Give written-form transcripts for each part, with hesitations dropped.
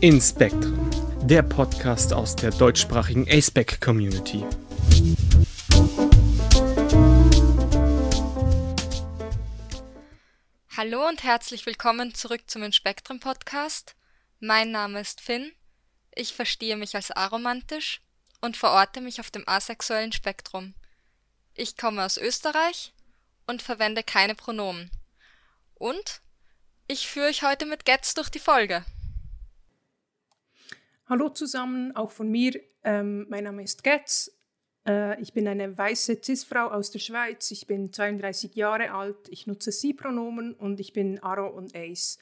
In Spectrum, der Podcast aus der deutschsprachigen A-Spec-Community. Hallo und herzlich willkommen zurück zum In-Spektrum-Podcast. Mein Name ist Finn, ich verstehe mich als aromantisch und verorte mich auf dem asexuellen Spektrum. Ich komme aus Österreich und verwende keine Pronomen. Und ich führe euch heute mit Getz durch die Folge. Hallo zusammen, auch von mir. Mein Name ist Getz. Ich bin eine weiße Cis-Frau aus der Schweiz. Ich bin 32 Jahre alt. Ich nutze Sie-Pronomen und ich bin Aro und Ace.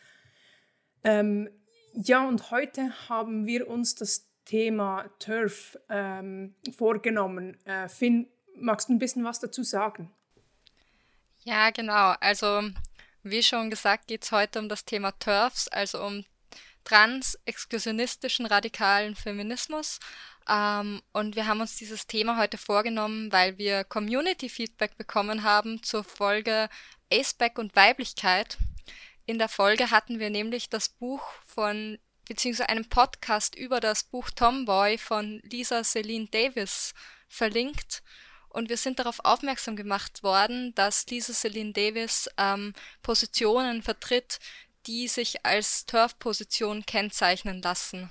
Und heute haben wir uns das Thema TERF vorgenommen. Finn, magst du ein bisschen was dazu sagen? Ja, genau. Also, wie schon gesagt, geht es heute um das Thema TERFs, also um trans-exklusionistischen radikalen Feminismus. Und wir haben uns dieses Thema heute vorgenommen, weil wir Community-Feedback bekommen haben zur Folge A-Spec und Weiblichkeit. In der Folge hatten wir nämlich das Buch beziehungsweise einen Podcast über das Buch Tomboy von Lisa Celine Davis verlinkt. Und wir sind darauf aufmerksam gemacht worden, dass Lisa Celine Davis Positionen vertritt, die sich als TERF-Position kennzeichnen lassen.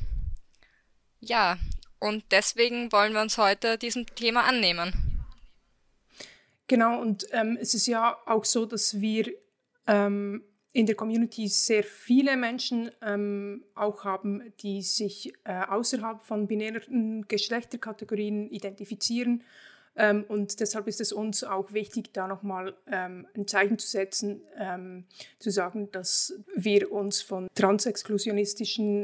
Ja, und deswegen wollen wir uns heute diesem Thema annehmen. Genau, und es ist ja auch so, dass wir in der Community sehr viele Menschen auch haben, die sich außerhalb von binären Geschlechterkategorien identifizieren. Und deshalb ist es uns auch wichtig, da nochmal ein Zeichen zu setzen, zu sagen, dass wir uns von transexklusionistischen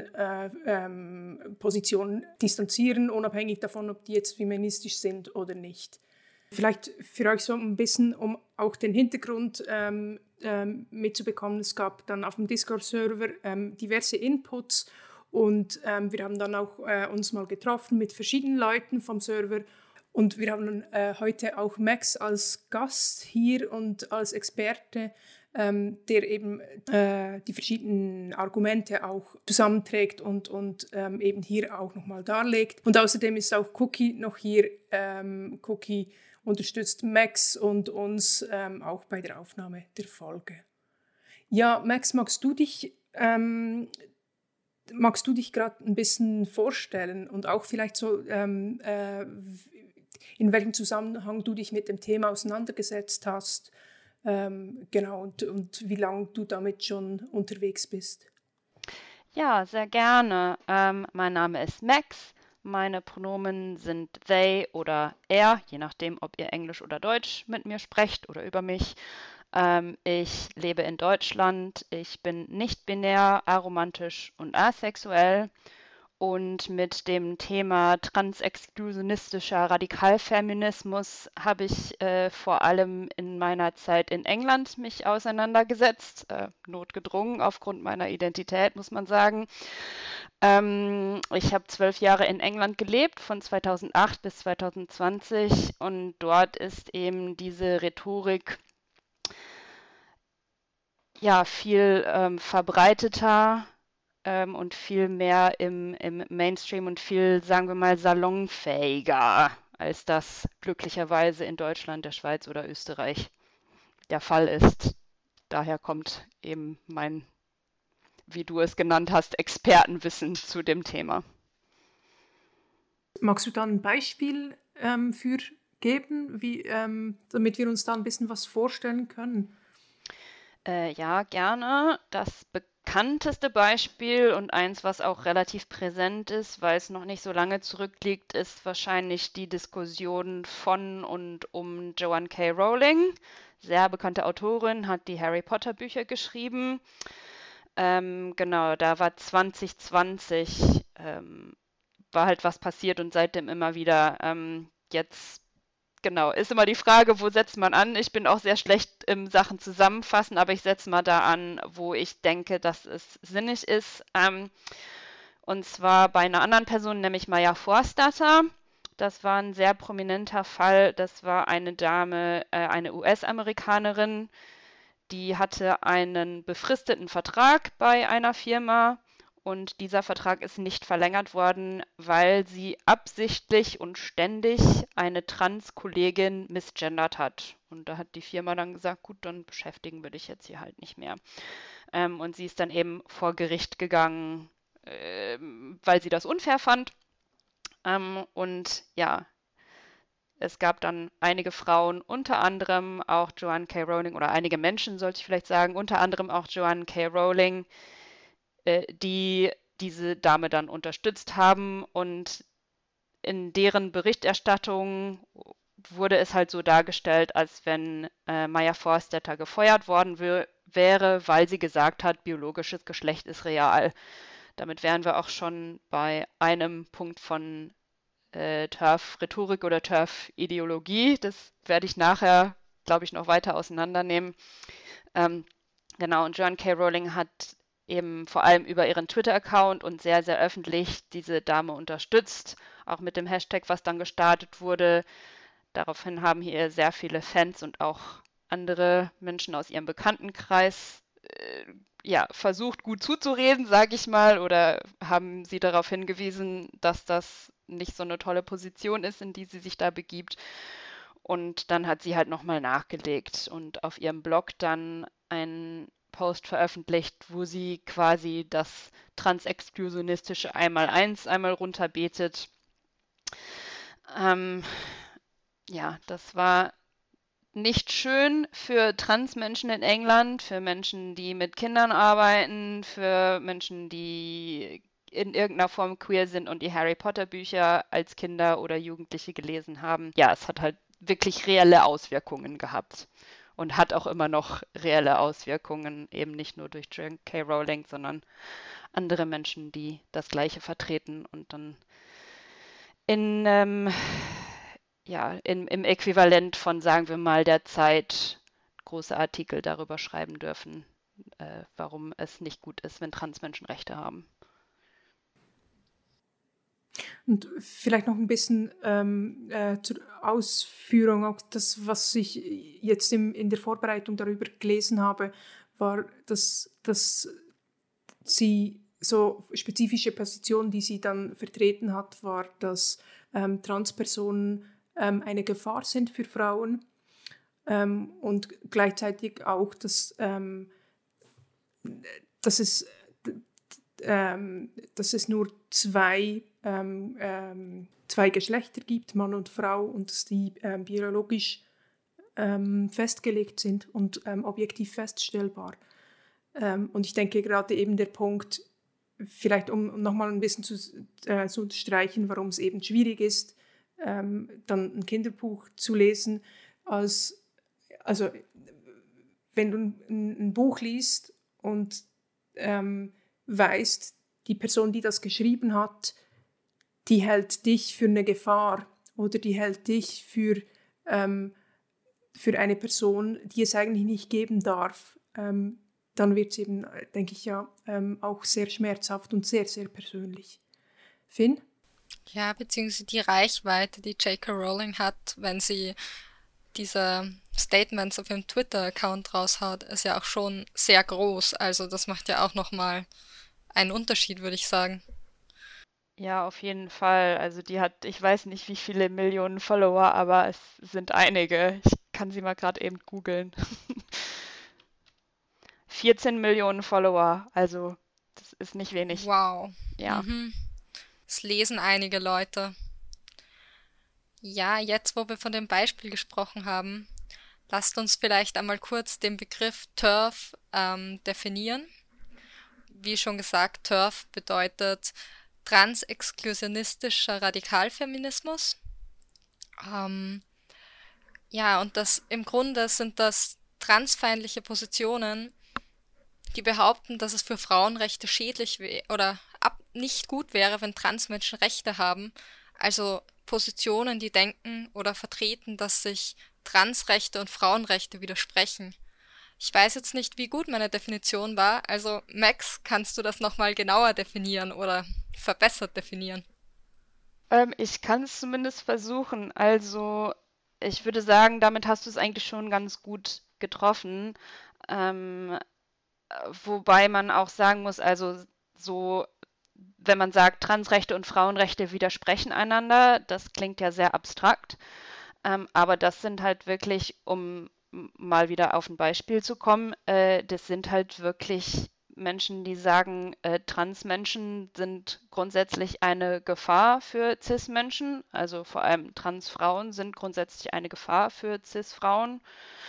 Positionen distanzieren, unabhängig davon, ob die jetzt feministisch sind oder nicht. Vielleicht für euch so ein bisschen, um auch den Hintergrund mitzubekommen. Es gab dann auf dem Discord-Server diverse Inputs und wir haben dann auch uns mal getroffen mit verschiedenen Leuten vom Server. Und wir haben heute auch Max als Gast hier und als Experte, der eben die verschiedenen Argumente auch zusammenträgt und eben hier auch nochmal darlegt. Und außerdem ist auch Cookie noch hier. Cookie unterstützt Max und uns auch bei der Aufnahme der Folge. Ja, Max, magst du dich gerade ein bisschen vorstellen und auch vielleicht so in welchem Zusammenhang du dich mit dem Thema auseinandergesetzt hast, genau, und wie lange du damit schon unterwegs bist? Ja, sehr gerne. Mein Name ist Max. Meine Pronomen sind they oder er, je nachdem, ob ihr Englisch oder Deutsch mit mir sprecht oder über mich. Ich lebe in Deutschland. Ich bin nicht binär, aromantisch und asexuell. Und mit dem Thema transexklusionistischer Radikalfeminismus habe ich vor allem in meiner Zeit in England mich auseinandergesetzt, notgedrungen aufgrund meiner Identität, muss man sagen. Ich habe 12 Jahre in England gelebt, von 2008 bis 2020, und dort ist eben diese Rhetorik ja viel verbreiteter und viel mehr im Mainstream und viel, sagen wir mal, salonfähiger, als das glücklicherweise in Deutschland, der Schweiz oder Österreich der Fall ist. Daher kommt eben mein, wie du es genannt hast, Expertenwissen zu dem Thema. Magst du da ein Beispiel für geben, damit wir uns da ein bisschen was vorstellen können? Ja, gerne. Das bekannteste Beispiel und eins, was auch relativ präsent ist, weil es noch nicht so lange zurückliegt, ist wahrscheinlich die Diskussion von und um Joanne K. Rowling. Sehr bekannte Autorin, hat die Harry Potter Bücher geschrieben. Genau, da war 2020, war halt was passiert und seitdem immer wieder. Jetzt Genau, ist immer die Frage, wo setzt man an? Ich bin auch sehr schlecht im Sachen zusammenfassen, aber ich setze mal da an, wo ich denke, dass es sinnig ist. Und zwar bei einer anderen Person, nämlich Maya Forstater. Das war ein sehr prominenter Fall. Das war eine Dame, eine US-Amerikanerin, die hatte einen befristeten Vertrag bei einer Firma und dieser Vertrag ist nicht verlängert worden, weil sie absichtlich und ständig eine Trans-Kollegin misgendert hat. Und da hat die Firma dann gesagt, gut, dann beschäftigen wir dich jetzt hier halt nicht mehr. Und sie ist dann eben vor Gericht gegangen, weil sie das unfair fand. Und ja, es gab dann einige Frauen, unter anderem auch Joanne K. Rowling, oder einige Menschen, sollte ich vielleicht sagen, unter anderem auch Joanne K. Rowling, die diese Dame dann unterstützt haben. Und in deren Berichterstattung wurde es halt so dargestellt, als wenn Maya Forstetter gefeuert worden wäre, weil sie gesagt hat, biologisches Geschlecht ist real. Damit wären wir auch schon bei einem Punkt von TERF-Rhetorik oder TERF-Ideologie. Das werde ich nachher, glaube ich, noch weiter auseinandernehmen. Genau, und Joanne K. Rowling hat eben vor allem über ihren Twitter-Account und sehr, sehr öffentlich diese Dame unterstützt, auch mit dem Hashtag, was dann gestartet wurde. Daraufhin haben hier sehr viele Fans und auch andere Menschen aus ihrem Bekanntenkreis versucht, gut zuzureden, sage ich mal, oder haben sie darauf hingewiesen, dass das nicht so eine tolle Position ist, in die sie sich da begibt. Und dann hat sie halt nochmal nachgelegt und auf ihrem Blog dann einen Post veröffentlicht, wo sie quasi das transexklusionistische Einmaleins einmal runterbetet. Das war nicht schön für Transmenschen in England, für Menschen, die mit Kindern arbeiten, für Menschen, die in irgendeiner Form queer sind und die Harry Potter Bücher als Kinder oder Jugendliche gelesen haben. Ja, es hat halt wirklich reelle Auswirkungen gehabt und hat auch immer noch reelle Auswirkungen, eben nicht nur durch Joanne K. Rowling, sondern andere Menschen, die das Gleiche vertreten und dann im Äquivalent von, sagen wir mal, der Zeit große Artikel darüber schreiben dürfen, warum es nicht gut ist, wenn Transmenschen Rechte haben. Und vielleicht noch ein bisschen zur Ausführung, auch das, was ich jetzt in der Vorbereitung darüber gelesen habe, war, dass sie so spezifische Position, die sie dann vertreten hat, war, dass Transpersonen eine Gefahr sind für Frauen und gleichzeitig auch, dass es nur zwei Geschlechter gibt, Mann und Frau, und dass die biologisch festgelegt sind und objektiv feststellbar. Und ich denke gerade eben der Punkt, vielleicht um nochmal ein bisschen zu unterstreichen, warum es eben schwierig ist, dann ein Kinderbuch zu lesen, also wenn du ein Buch liest und weißt, die Person, die das geschrieben hat, die hält dich für eine Gefahr oder die hält dich für eine Person, die es eigentlich nicht geben darf, dann wird es eben, denke ich, auch sehr schmerzhaft und sehr, sehr persönlich. Finn? Ja, beziehungsweise die Reichweite, die J.K. Rowling hat, wenn sie diese Statements auf ihrem Twitter-Account raushaut, ist ja auch schon sehr groß. Also das macht ja auch nochmal einen Unterschied, würde ich sagen. Ja, auf jeden Fall. Also die hat, ich weiß nicht, wie viele Millionen Follower, aber es sind einige. Ich kann sie mal gerade eben googeln. 14 Millionen Follower, also das ist nicht wenig. Wow. Ja. Das lesen einige Leute. Ja, jetzt, wo wir von dem Beispiel gesprochen haben, lasst uns vielleicht einmal kurz den Begriff TERF definieren. Wie schon gesagt, TERF bedeutet transexklusionistischer Radikalfeminismus. Und im Grunde sind das transfeindliche Positionen, die behaupten, dass es für Frauenrechte schädlich oder nicht gut wäre, wenn Transmenschen Rechte haben. Also Positionen, die denken oder vertreten, dass sich Transrechte und Frauenrechte widersprechen. Ich weiß jetzt nicht, wie gut meine Definition war. Also Max, kannst du das nochmal genauer definieren oder verbessert definieren? Ich kann es zumindest versuchen. Also ich würde sagen, damit hast du es eigentlich schon ganz gut getroffen. Wobei man auch sagen muss, also so wenn man sagt, Transrechte und Frauenrechte widersprechen einander, das klingt ja sehr abstrakt. Aber das sind halt wirklich, um mal wieder auf ein Beispiel zu kommen, das sind halt wirklich Menschen, die sagen, Transmenschen sind grundsätzlich eine Gefahr für Cis-Menschen, also vor allem Transfrauen sind grundsätzlich eine Gefahr für Cis-Frauen.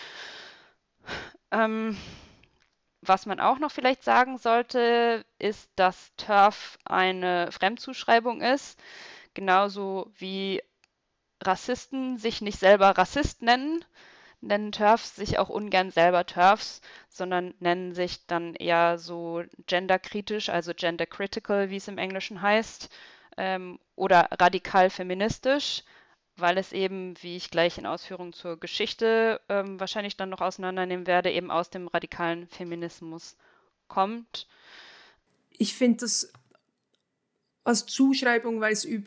Was man auch noch vielleicht sagen sollte, ist, dass TERF eine Fremdzuschreibung ist, genauso wie Rassisten sich nicht selber Rassist nennen TERFs sich auch ungern selber TERFs, sondern nennen sich dann eher so genderkritisch, also gendercritical, wie es im Englischen heißt, oder radikal feministisch, weil es eben, wie ich gleich in Ausführungen zur Geschichte wahrscheinlich dann noch auseinandernehmen werde, eben aus dem radikalen Feminismus kommt. Ich finde das als Zuschreibung, weil es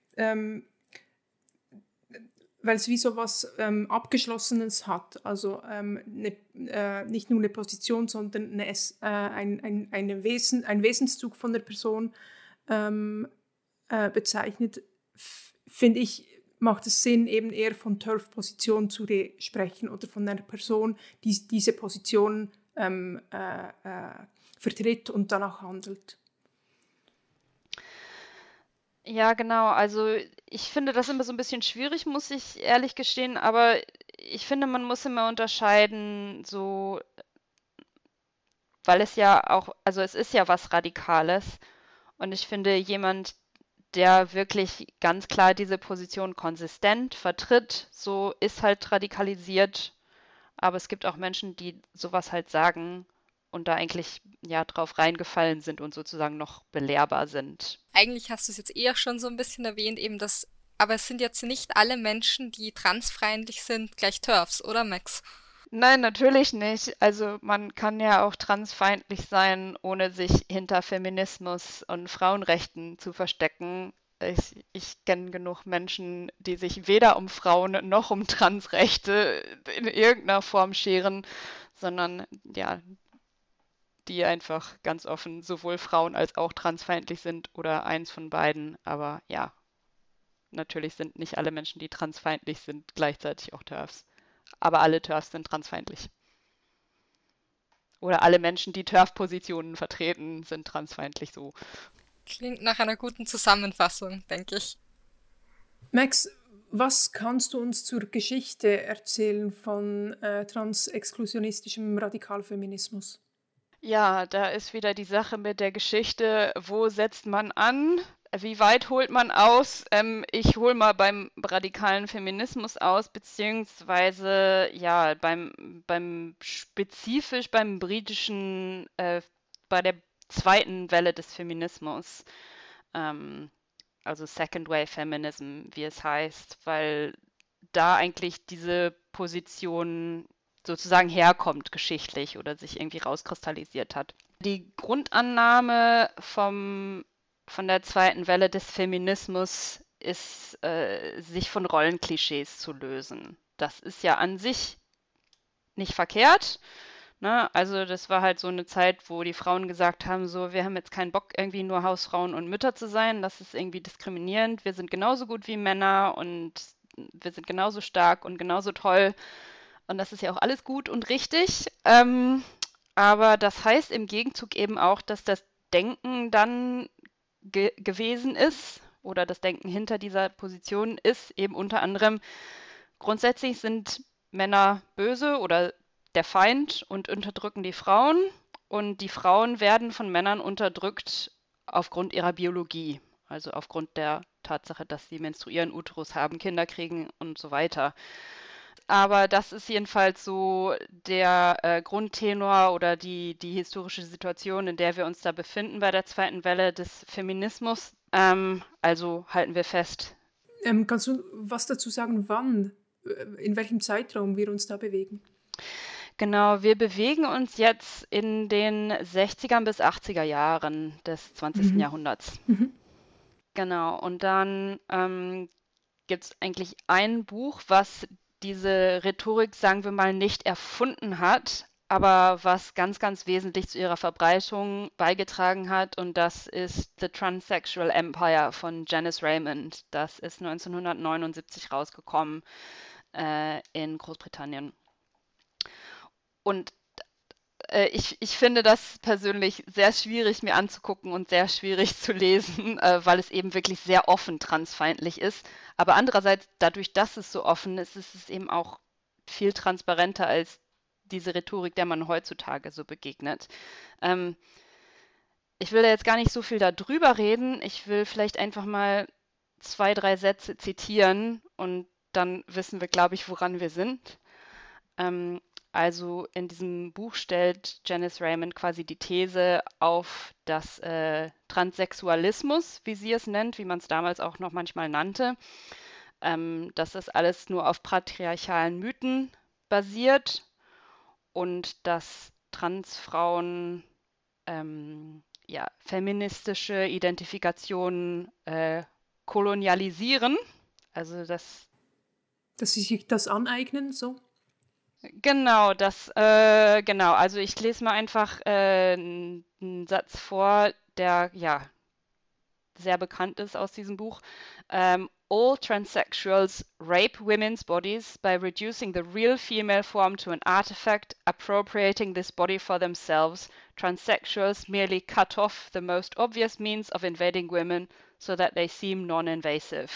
wie so was Abgeschlossenes hat. Also nicht nur eine Position, sondern ein Wesenszug von der Person bezeichnet, finde ich, macht es Sinn, eben eher von TERF-Position zu sprechen oder von einer Person, die diese Position vertritt und danach handelt. Ja, genau. Also ich finde das immer so ein bisschen schwierig, muss ich ehrlich gestehen, aber ich finde, man muss immer unterscheiden, so, weil es ja auch, also es ist ja was Radikales und ich finde, jemand, der wirklich ganz klar diese Position konsistent vertritt, so ist halt radikalisiert, aber es gibt auch Menschen, die sowas halt sagen und da eigentlich ja drauf reingefallen sind und sozusagen noch belehrbar sind. Eigentlich hast du es jetzt eher schon so ein bisschen erwähnt, eben das, aber es sind jetzt nicht alle Menschen, die transfeindlich sind, gleich TERFs, oder Max? Nein, natürlich nicht. Also man kann ja auch transfeindlich sein, ohne sich hinter Feminismus und Frauenrechten zu verstecken. Ich kenne genug Menschen, die sich weder um Frauen noch um Transrechte in irgendeiner Form scheren, sondern ja, die einfach ganz offen sowohl Frauen als auch transfeindlich sind oder eins von beiden. Aber ja, natürlich sind nicht alle Menschen, die transfeindlich sind, gleichzeitig auch TERFs. Aber alle TERFs sind transfeindlich. Oder alle Menschen, die TERF-Positionen vertreten, sind transfeindlich so. Klingt nach einer guten Zusammenfassung, denke ich. Max, was kannst du uns zur Geschichte erzählen von transexklusionistischem Radikalfeminismus? Ja, da ist wieder die Sache mit der Geschichte, wo setzt man an, wie weit holt man aus? Ich hole mal beim radikalen Feminismus aus, beziehungsweise ja, spezifisch beim britischen, bei der zweiten Welle des Feminismus, also Second Wave Feminism, wie es heißt, weil da eigentlich diese Position sozusagen herkommt geschichtlich oder sich irgendwie rauskristallisiert hat. Die Grundannahme von der zweiten Welle des Feminismus ist, sich von Rollenklischees zu lösen. Das ist ja an sich nicht verkehrt. Ne? Also das war halt so eine Zeit, wo die Frauen gesagt haben, so, wir haben jetzt keinen Bock, irgendwie nur Hausfrauen und Mütter zu sein. Das ist irgendwie diskriminierend. Wir sind genauso gut wie Männer und wir sind genauso stark und genauso toll. Und das ist ja auch alles gut und richtig. Aber das heißt im Gegenzug eben auch, dass das Denken dann gewesen ist oder das Denken hinter dieser Position ist eben unter anderem, grundsätzlich sind Männer böse oder der Feind und unterdrücken die Frauen und die Frauen werden von Männern unterdrückt aufgrund ihrer Biologie, also aufgrund der Tatsache, dass sie menstruieren, Uterus haben, Kinder kriegen und so weiter. Aber das ist jedenfalls so der Grundtenor oder die historische Situation, in der wir uns da befinden bei der zweiten Welle des Feminismus. Also halten wir fest. Kannst du was dazu sagen, wann, in welchem Zeitraum wir uns da bewegen? Genau, wir bewegen uns jetzt in den 60er bis 80er Jahren des 20. Jahrhunderts. Genau, und dann gibt es eigentlich ein Buch, was diese Rhetorik, sagen wir mal, nicht erfunden hat, aber was ganz, ganz wesentlich zu ihrer Verbreitung beigetragen hat, und das ist The Transsexual Empire von Janice Raymond. Das ist 1979 rausgekommen in Großbritannien. Und ich finde das persönlich sehr schwierig mir anzugucken und sehr schwierig zu lesen, weil es eben wirklich sehr offen transfeindlich ist. Aber andererseits, dadurch, dass es so offen ist, ist es eben auch viel transparenter als diese Rhetorik, der man heutzutage so begegnet. Ich will da jetzt gar nicht so viel darüber reden. Ich will vielleicht einfach mal 2, 3 Sätze zitieren und dann wissen wir, glaube ich, woran wir sind. Also in diesem Buch stellt Janice Raymond quasi die These auf, dass Transsexualismus, wie sie es nennt, wie man es damals auch noch manchmal nannte, dass das alles nur auf patriarchalen Mythen basiert und dass Transfrauen feministische Identifikationen kolonialisieren. Also dass sie sich das aneignen, so? Genau, genau. Also ich lese mal einfach einen Satz vor, der ja sehr bekannt ist aus diesem Buch. All transsexuals rape women's bodies by reducing the real female form to an artifact, appropriating this body for themselves. Transsexuals merely cut off the most obvious means of invading women so that they seem non-invasive.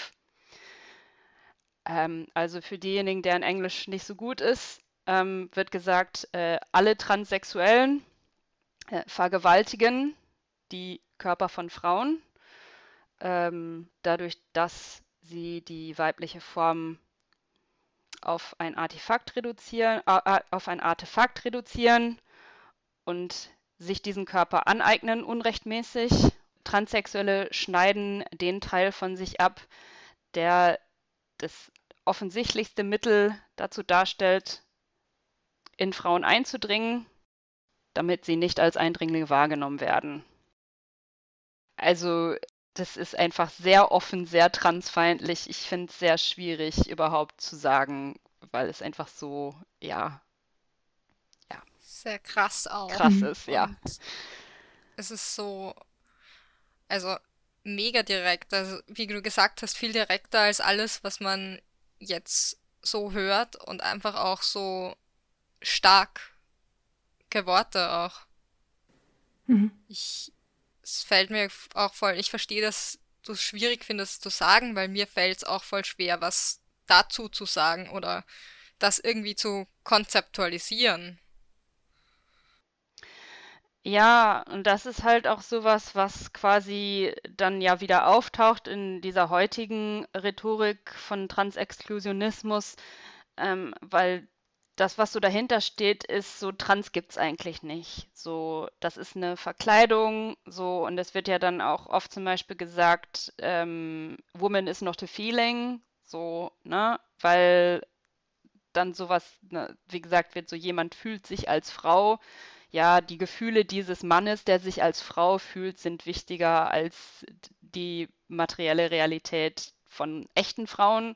Also für diejenigen, deren Englisch nicht so gut ist, wird gesagt, alle Transsexuellen vergewaltigen die Körper von Frauen, dadurch, dass sie die weibliche Form auf ein Artefakt reduzieren und sich diesen Körper aneignen unrechtmäßig. Transsexuelle schneiden den Teil von sich ab, der das offensichtlichste Mittel dazu darstellt, in Frauen einzudringen, damit sie nicht als Eindringlinge wahrgenommen werden. Also das ist einfach sehr offen, sehr transfeindlich. Ich finde es sehr schwierig überhaupt zu sagen, weil es einfach so, Sehr krass auch. krass ist, ja. Und es ist so, also mega direkt. Also wie du gesagt hast, viel direkter als alles, was man jetzt so hört und einfach auch so starke Worte auch. Es fällt mir auch voll, ich verstehe, dass du es schwierig findest zu sagen, weil mir fällt es auch voll schwer, was dazu zu sagen oder das irgendwie zu konzeptualisieren. Ja, und das ist halt auch sowas, was quasi dann ja wieder auftaucht in dieser heutigen Rhetorik von Transexklusionismus, weil das, was so dahinter steht, ist so, trans gibt's eigentlich nicht. So, das ist eine Verkleidung, so, und es wird ja dann auch oft zum Beispiel gesagt, Woman is not a feeling, so, ne, weil dann sowas, ne, wie gesagt, wird so, jemand fühlt sich als Frau. Ja, die Gefühle dieses Mannes, der sich als Frau fühlt, sind wichtiger als die materielle Realität von echten Frauen.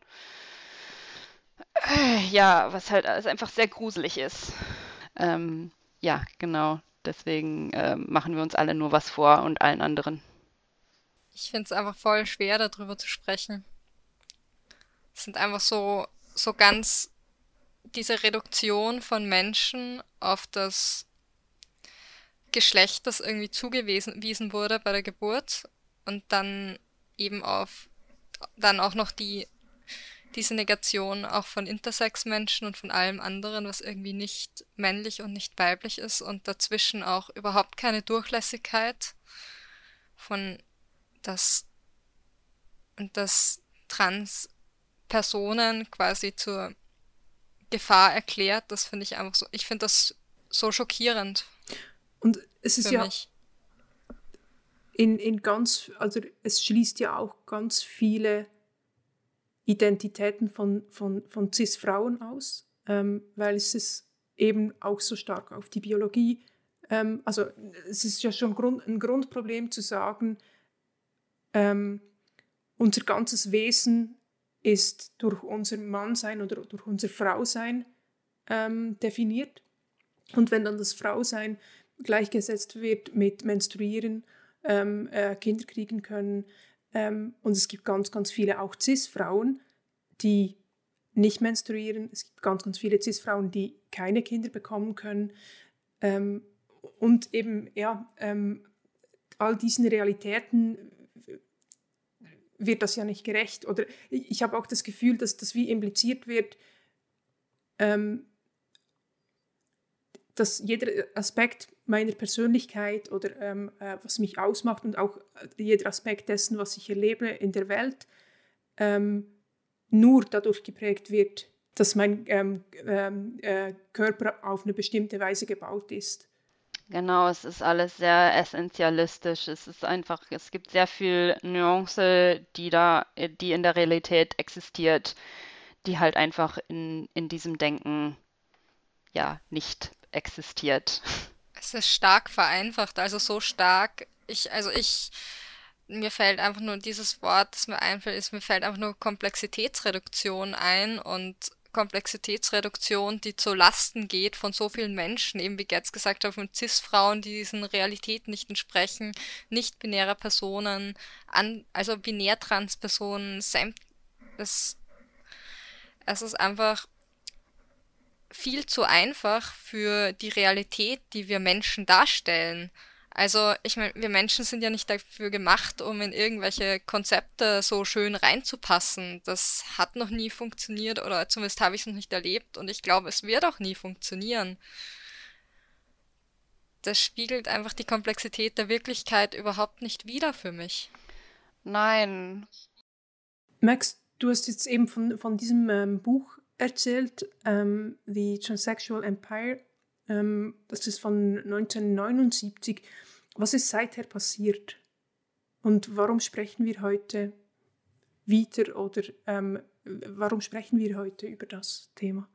Ja, was halt alles einfach sehr gruselig ist. Ja, genau. Deswegen machen wir uns alle nur was vor und allen anderen. Ich finde es einfach voll schwer, darüber zu sprechen. Es sind einfach so ganz diese Reduktion von Menschen auf das Geschlecht, das irgendwie zugewiesen wurde bei der Geburt und dann eben dann auch noch diese Negation auch von Intersex-Menschen und von allem anderen, was irgendwie nicht männlich und nicht weiblich ist und dazwischen auch überhaupt keine Durchlässigkeit dass Trans-Personen quasi zur Gefahr erklärt, das finde ich einfach so, ich finde das so schockierend. Und es ist für ja mich. Also es schließt ja auch ganz viele Identitäten von Cis-Frauen aus, weil es ist eben auch so stark auf die Biologie. Also es ist ja schon ein Grundproblem zu sagen, unser ganzes Wesen ist durch unser Mannsein oder durch unser Frausein definiert. Und wenn dann das Frausein gleichgesetzt wird mit Menstruieren, Kinder kriegen können, und es gibt ganz, ganz viele auch Cis-Frauen, die nicht menstruieren. Es gibt ganz, ganz viele Cis-Frauen, die keine Kinder bekommen können. Und eben, all diesen Realitäten wird das ja nicht gerecht. Oder ich habe auch das Gefühl, dass das wie impliziert wird, dass jeder Aspekt meiner Persönlichkeit oder was mich ausmacht und auch jeder Aspekt dessen, was ich erlebe in der Welt, nur dadurch geprägt wird, dass mein Körper auf eine bestimmte Weise gebaut ist. Genau, es ist alles sehr essentialistisch. Es ist einfach, es gibt sehr viel Nuance, die in der Realität existiert, die halt einfach in diesem Denken ja nicht existiert. Es ist stark vereinfacht, also so stark. Mir fällt einfach nur dieses Wort, das mir einfällt, mir fällt einfach nur Komplexitätsreduktion ein und Komplexitätsreduktion, die zu Lasten geht von so vielen Menschen, eben wie Gerz gesagt hat, von Cis-Frauen, die diesen Realitäten nicht entsprechen, nicht-binärer Personen, also binär-trans-Personen, es ist einfach viel zu einfach für die Realität, die wir Menschen darstellen. Also, ich meine, wir Menschen sind ja nicht dafür gemacht, um in irgendwelche Konzepte so schön reinzupassen. Das hat noch nie funktioniert oder zumindest habe ich es noch nicht erlebt und ich glaube, es wird auch nie funktionieren. Das spiegelt einfach die Komplexität der Wirklichkeit überhaupt nicht wider für mich. Nein. Max, du hast jetzt eben von diesem Buch erzählt, The Transsexual Empire. Das ist von 1979. Was ist seither passiert? Und warum sprechen wir heute wieder oder warum sprechen wir heute über das Thema?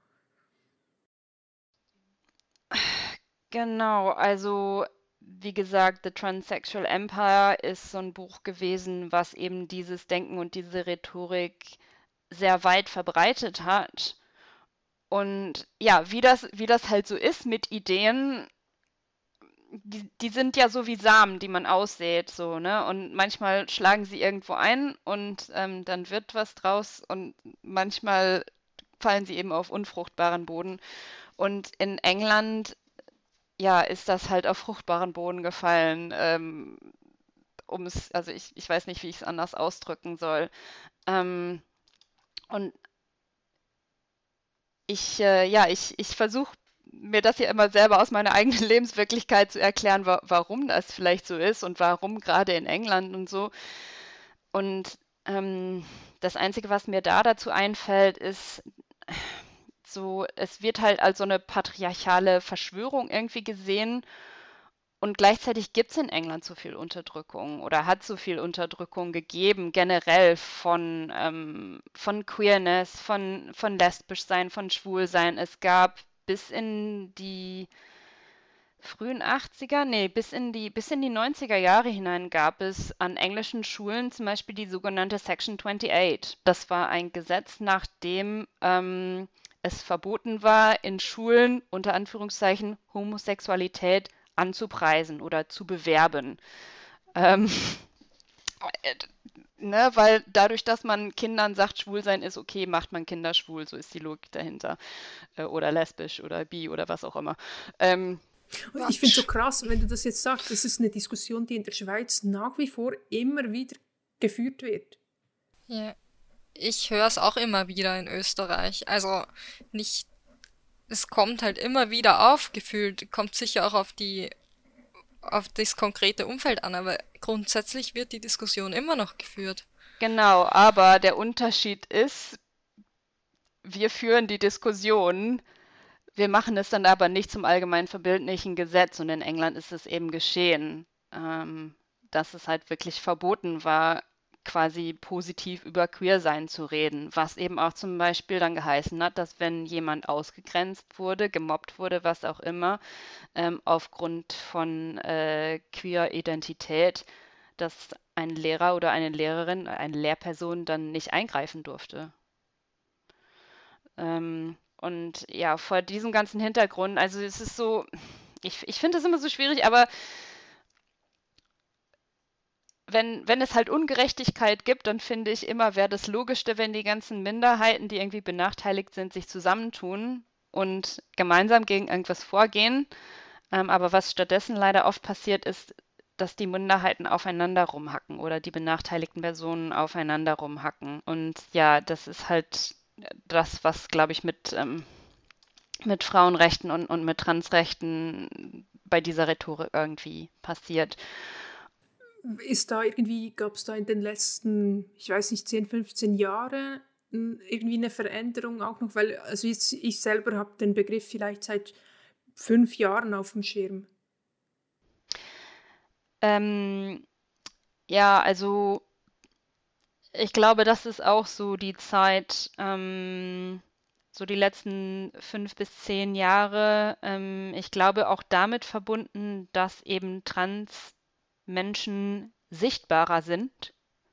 Genau, also wie gesagt, The Transsexual Empire ist so ein Buch gewesen, was eben dieses Denken und diese Rhetorik sehr weit verbreitet hat. Und ja, wie das halt so ist mit Ideen, die sind ja so wie Samen, die man aussät, so, ne? Und manchmal schlagen sie irgendwo ein und dann wird was draus und manchmal fallen sie eben auf unfruchtbaren Boden. Und in England, ja, ist das halt auf fruchtbaren Boden gefallen, also ich weiß nicht, wie ich es anders ausdrücken soll. Und ich versuche mir das ja immer selber aus meiner eigenen Lebenswirklichkeit zu erklären, warum das vielleicht so ist und warum gerade in England und so. Und das Einzige, was mir da dazu einfällt, ist so, es wird halt als so eine patriarchale Verschwörung irgendwie gesehen und gleichzeitig gibt es in England so viel Unterdrückung oder hat so viel Unterdrückung gegeben, generell von Queerness, von lesbisch sein, von schwul sein. Es gab bis in die frühen 80er, nee, bis in die 90er Jahre hinein gab es an englischen Schulen zum Beispiel die sogenannte Section 28. Das war ein Gesetz, nachdem es verboten war, in Schulen unter Anführungszeichen Homosexualität anzupreisen oder zu bewerben. Ne, weil dadurch, dass man Kindern sagt, schwul sein ist okay, macht man Kinder schwul, so ist die Logik dahinter. Oder lesbisch oder bi oder was auch immer. Ich finde es so krass, wenn du das jetzt sagst, das ist eine Diskussion, die in der Schweiz nach wie vor immer wieder geführt wird. Ja, ich höre es auch immer wieder in Österreich. Also nicht, es kommt halt immer wieder auf, gefühlt, kommt sicher auch auf das konkrete Umfeld an, aber grundsätzlich wird die Diskussion immer noch geführt. Genau, aber der Unterschied ist, wir führen die Diskussion, wir machen es dann aber nicht zum allgemein verbindlichen Gesetz und in England ist es eben geschehen, dass es halt wirklich verboten war, quasi positiv über Queersein zu reden, was eben auch zum Beispiel dann geheißen hat, dass wenn jemand ausgegrenzt wurde, gemobbt wurde, was auch immer, aufgrund von Queer-Identität, dass ein Lehrer oder eine Lehrerin, eine Lehrperson dann nicht eingreifen durfte. Und ja, vor diesem ganzen Hintergrund, also es ist so, ich finde das immer so schwierig, aber wenn es halt Ungerechtigkeit gibt, dann finde ich immer, wäre das Logischste, wenn die ganzen Minderheiten, die irgendwie benachteiligt sind, sich zusammentun und gemeinsam gegen irgendwas vorgehen. Aber was stattdessen leider oft passiert, ist, dass die Minderheiten aufeinander rumhacken oder die benachteiligten Personen aufeinander rumhacken. Und ja, das ist halt das, was, glaube ich, mit Frauenrechten und mit Transrechten bei dieser Rhetorik irgendwie passiert. Gab es da in den letzten, ich weiß nicht, 10, 15 Jahren irgendwie eine Veränderung auch noch? Weil also ich selber habe den Begriff vielleicht seit 5 Jahren auf dem Schirm. Ja, also ich glaube, das ist auch so die Zeit, so die letzten 5 bis 10 Jahre. Ich glaube auch damit verbunden, dass eben Trans-Menschen sichtbarer sind,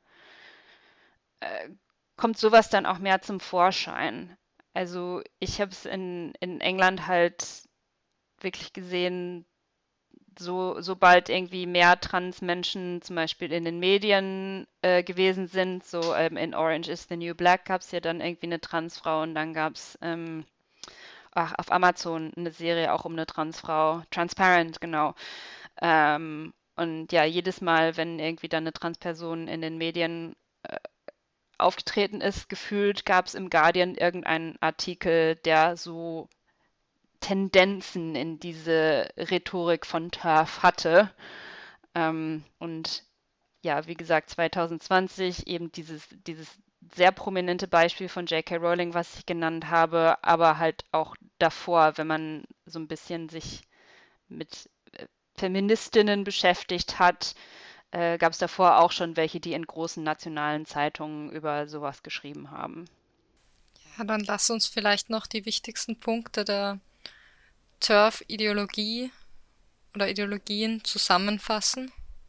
kommt sowas dann auch mehr zum Vorschein. Also ich habe es in England halt wirklich gesehen, sobald irgendwie mehr Trans-Menschen zum Beispiel in den Medien gewesen sind, so in Orange is the New Black gab es ja dann irgendwie eine Transfrau und dann gab es auf Amazon eine Serie auch um eine Transfrau, Transparent, genau. Und ja, jedes Mal, wenn irgendwie dann eine Transperson in den Medien aufgetreten ist, gefühlt gab es im Guardian irgendeinen Artikel, der so Tendenzen in diese Rhetorik von TERF hatte. Und ja, wie gesagt, 2020 eben dieses sehr prominente Beispiel von J.K. Rowling, was ich genannt habe, aber halt auch davor, wenn man so ein bisschen sich mit Feministinnen beschäftigt hat, gab es davor auch schon welche, die in großen nationalen Zeitungen über sowas geschrieben haben. Ja, dann lass uns vielleicht noch die wichtigsten Punkte der TERF-Ideologie oder Ideologien zusammenfassen.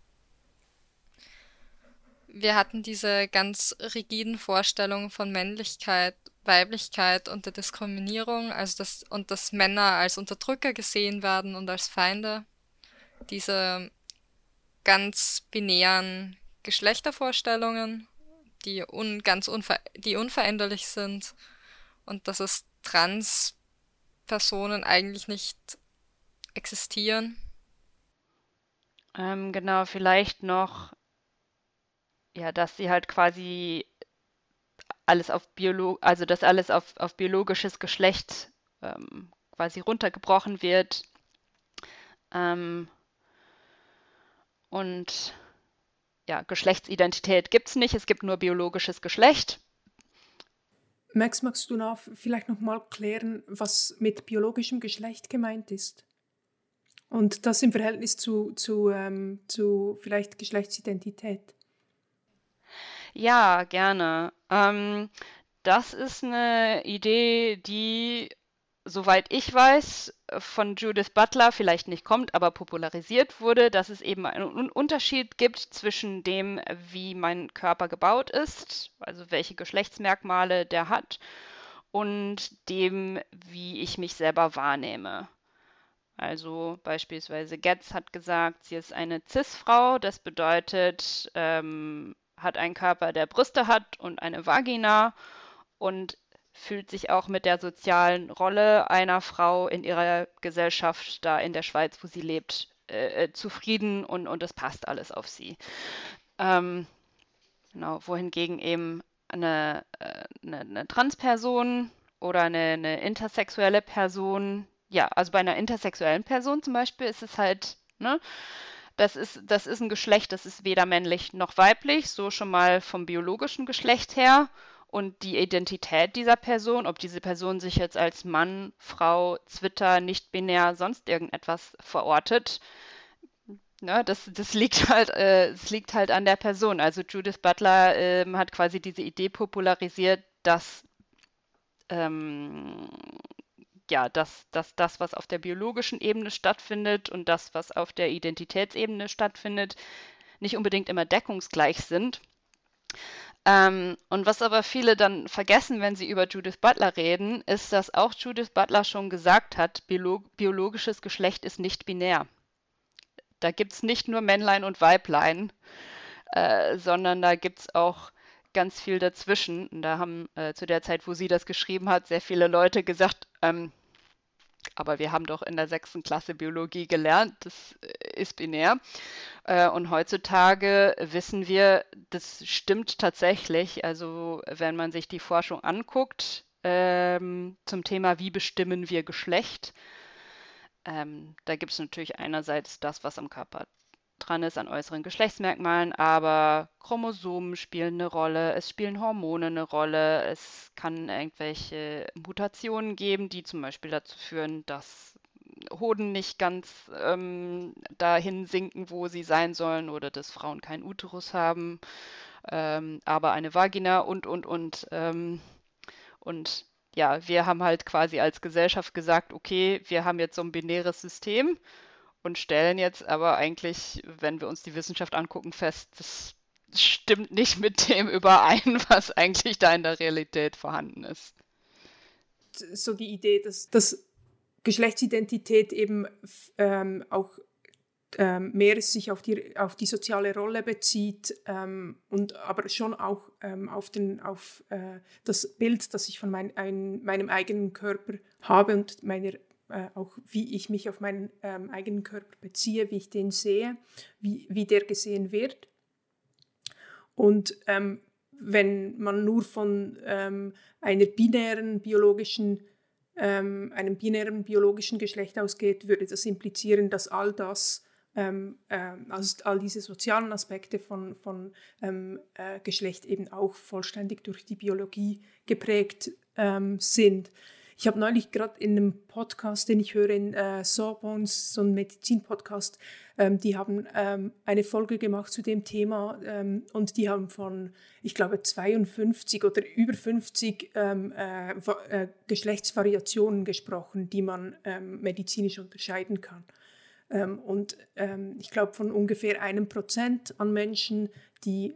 Wir hatten diese ganz rigiden Vorstellungen von Männlichkeit, Weiblichkeit und der Diskriminierung, also dass Männer als Unterdrücker gesehen werden und als Feinde. Diese ganz binären Geschlechtervorstellungen, die unveränderlich sind und dass es Trans-Personen eigentlich nicht existieren. Genau, vielleicht noch, ja, dass sie halt quasi alles auf dass alles auf biologisches Geschlecht quasi runtergebrochen wird. Und ja, Geschlechtsidentität gibt es nicht, es gibt nur biologisches Geschlecht. Max, magst du vielleicht noch mal klären, was mit biologischem Geschlecht gemeint ist? Und das im Verhältnis zu vielleicht Geschlechtsidentität? Ja, gerne. Das ist eine Idee, die, soweit ich weiß, von Judith Butler vielleicht nicht kommt, aber popularisiert wurde, dass es eben einen Unterschied gibt zwischen dem, wie mein Körper gebaut ist, also welche Geschlechtsmerkmale der hat, und dem, wie ich mich selber wahrnehme. Also beispielsweise Getz hat gesagt, sie ist eine Cis-Frau, das bedeutet, hat einen Körper, der Brüste hat und eine Vagina und fühlt sich auch mit der sozialen Rolle einer Frau in ihrer Gesellschaft da in der Schweiz, wo sie lebt, zufrieden und es passt alles auf sie. Genau, wohingegen eben eine Transperson oder eine intersexuelle Person, ja, also bei einer intersexuellen Person zum Beispiel ist es halt, ne, das ist ein Geschlecht, das ist weder männlich noch weiblich, so schon mal vom biologischen Geschlecht her. Und die Identität dieser Person, ob diese Person sich jetzt als Mann, Frau, Zwitter, nicht-binär, sonst irgendetwas verortet, ne, das liegt halt an der Person. Also Judith Butler hat quasi diese Idee popularisiert, dass ja, dass das, was auf der biologischen Ebene stattfindet und das, was auf der Identitätsebene stattfindet, nicht unbedingt immer deckungsgleich sind. Und was aber viele dann vergessen, wenn sie über Judith Butler reden, ist, dass auch Judith Butler schon gesagt hat, biologisches Geschlecht ist nicht binär. Da gibt es nicht nur Männlein und Weiblein, sondern da gibt es auch ganz viel dazwischen. Und da haben zu der Zeit, wo sie das geschrieben hat, sehr viele Leute gesagt, aber wir haben doch in der 6. Klasse Biologie gelernt, das ist binär. Und heutzutage wissen wir, das stimmt tatsächlich. Also wenn man sich die Forschung anguckt zum Thema, wie bestimmen wir Geschlecht, da gibt es natürlich einerseits das, was am Körper dran ist an äußeren Geschlechtsmerkmalen, aber Chromosomen spielen eine Rolle, es spielen Hormone eine Rolle, es kann irgendwelche Mutationen geben, die zum Beispiel dazu führen, dass Hoden nicht ganz dahin sinken, wo sie sein sollen, oder dass Frauen keinen Uterus haben, aber eine Vagina und. Und ja, wir haben halt quasi als Gesellschaft gesagt, okay, wir haben jetzt so ein binäres System und stellen jetzt aber eigentlich, wenn wir uns die Wissenschaft angucken, fest, das stimmt nicht mit dem überein, was eigentlich da in der Realität vorhanden ist. So die Idee, dass Geschlechtsidentität eben auch mehr sich auf die soziale Rolle bezieht und aber schon auch auf das Bild, das ich von meinem eigenen Körper habe und auch wie ich mich auf meinen eigenen Körper beziehe, wie ich den sehe, wie der gesehen wird. Und wenn man nur von einem binären biologischen Geschlecht ausgeht, würde das implizieren, dass all das, also all diese sozialen Aspekte von Geschlecht eben auch vollständig durch die Biologie geprägt sind. Ich habe neulich gerade in einem Podcast, den ich höre, in Sawbones, so ein Medizin-Podcast, die haben eine Folge gemacht zu dem Thema und die haben von, ich glaube, 52 oder über 50 Geschlechtsvariationen gesprochen, die man medizinisch unterscheiden kann. Und ich glaube, von ungefähr 1% an Menschen, die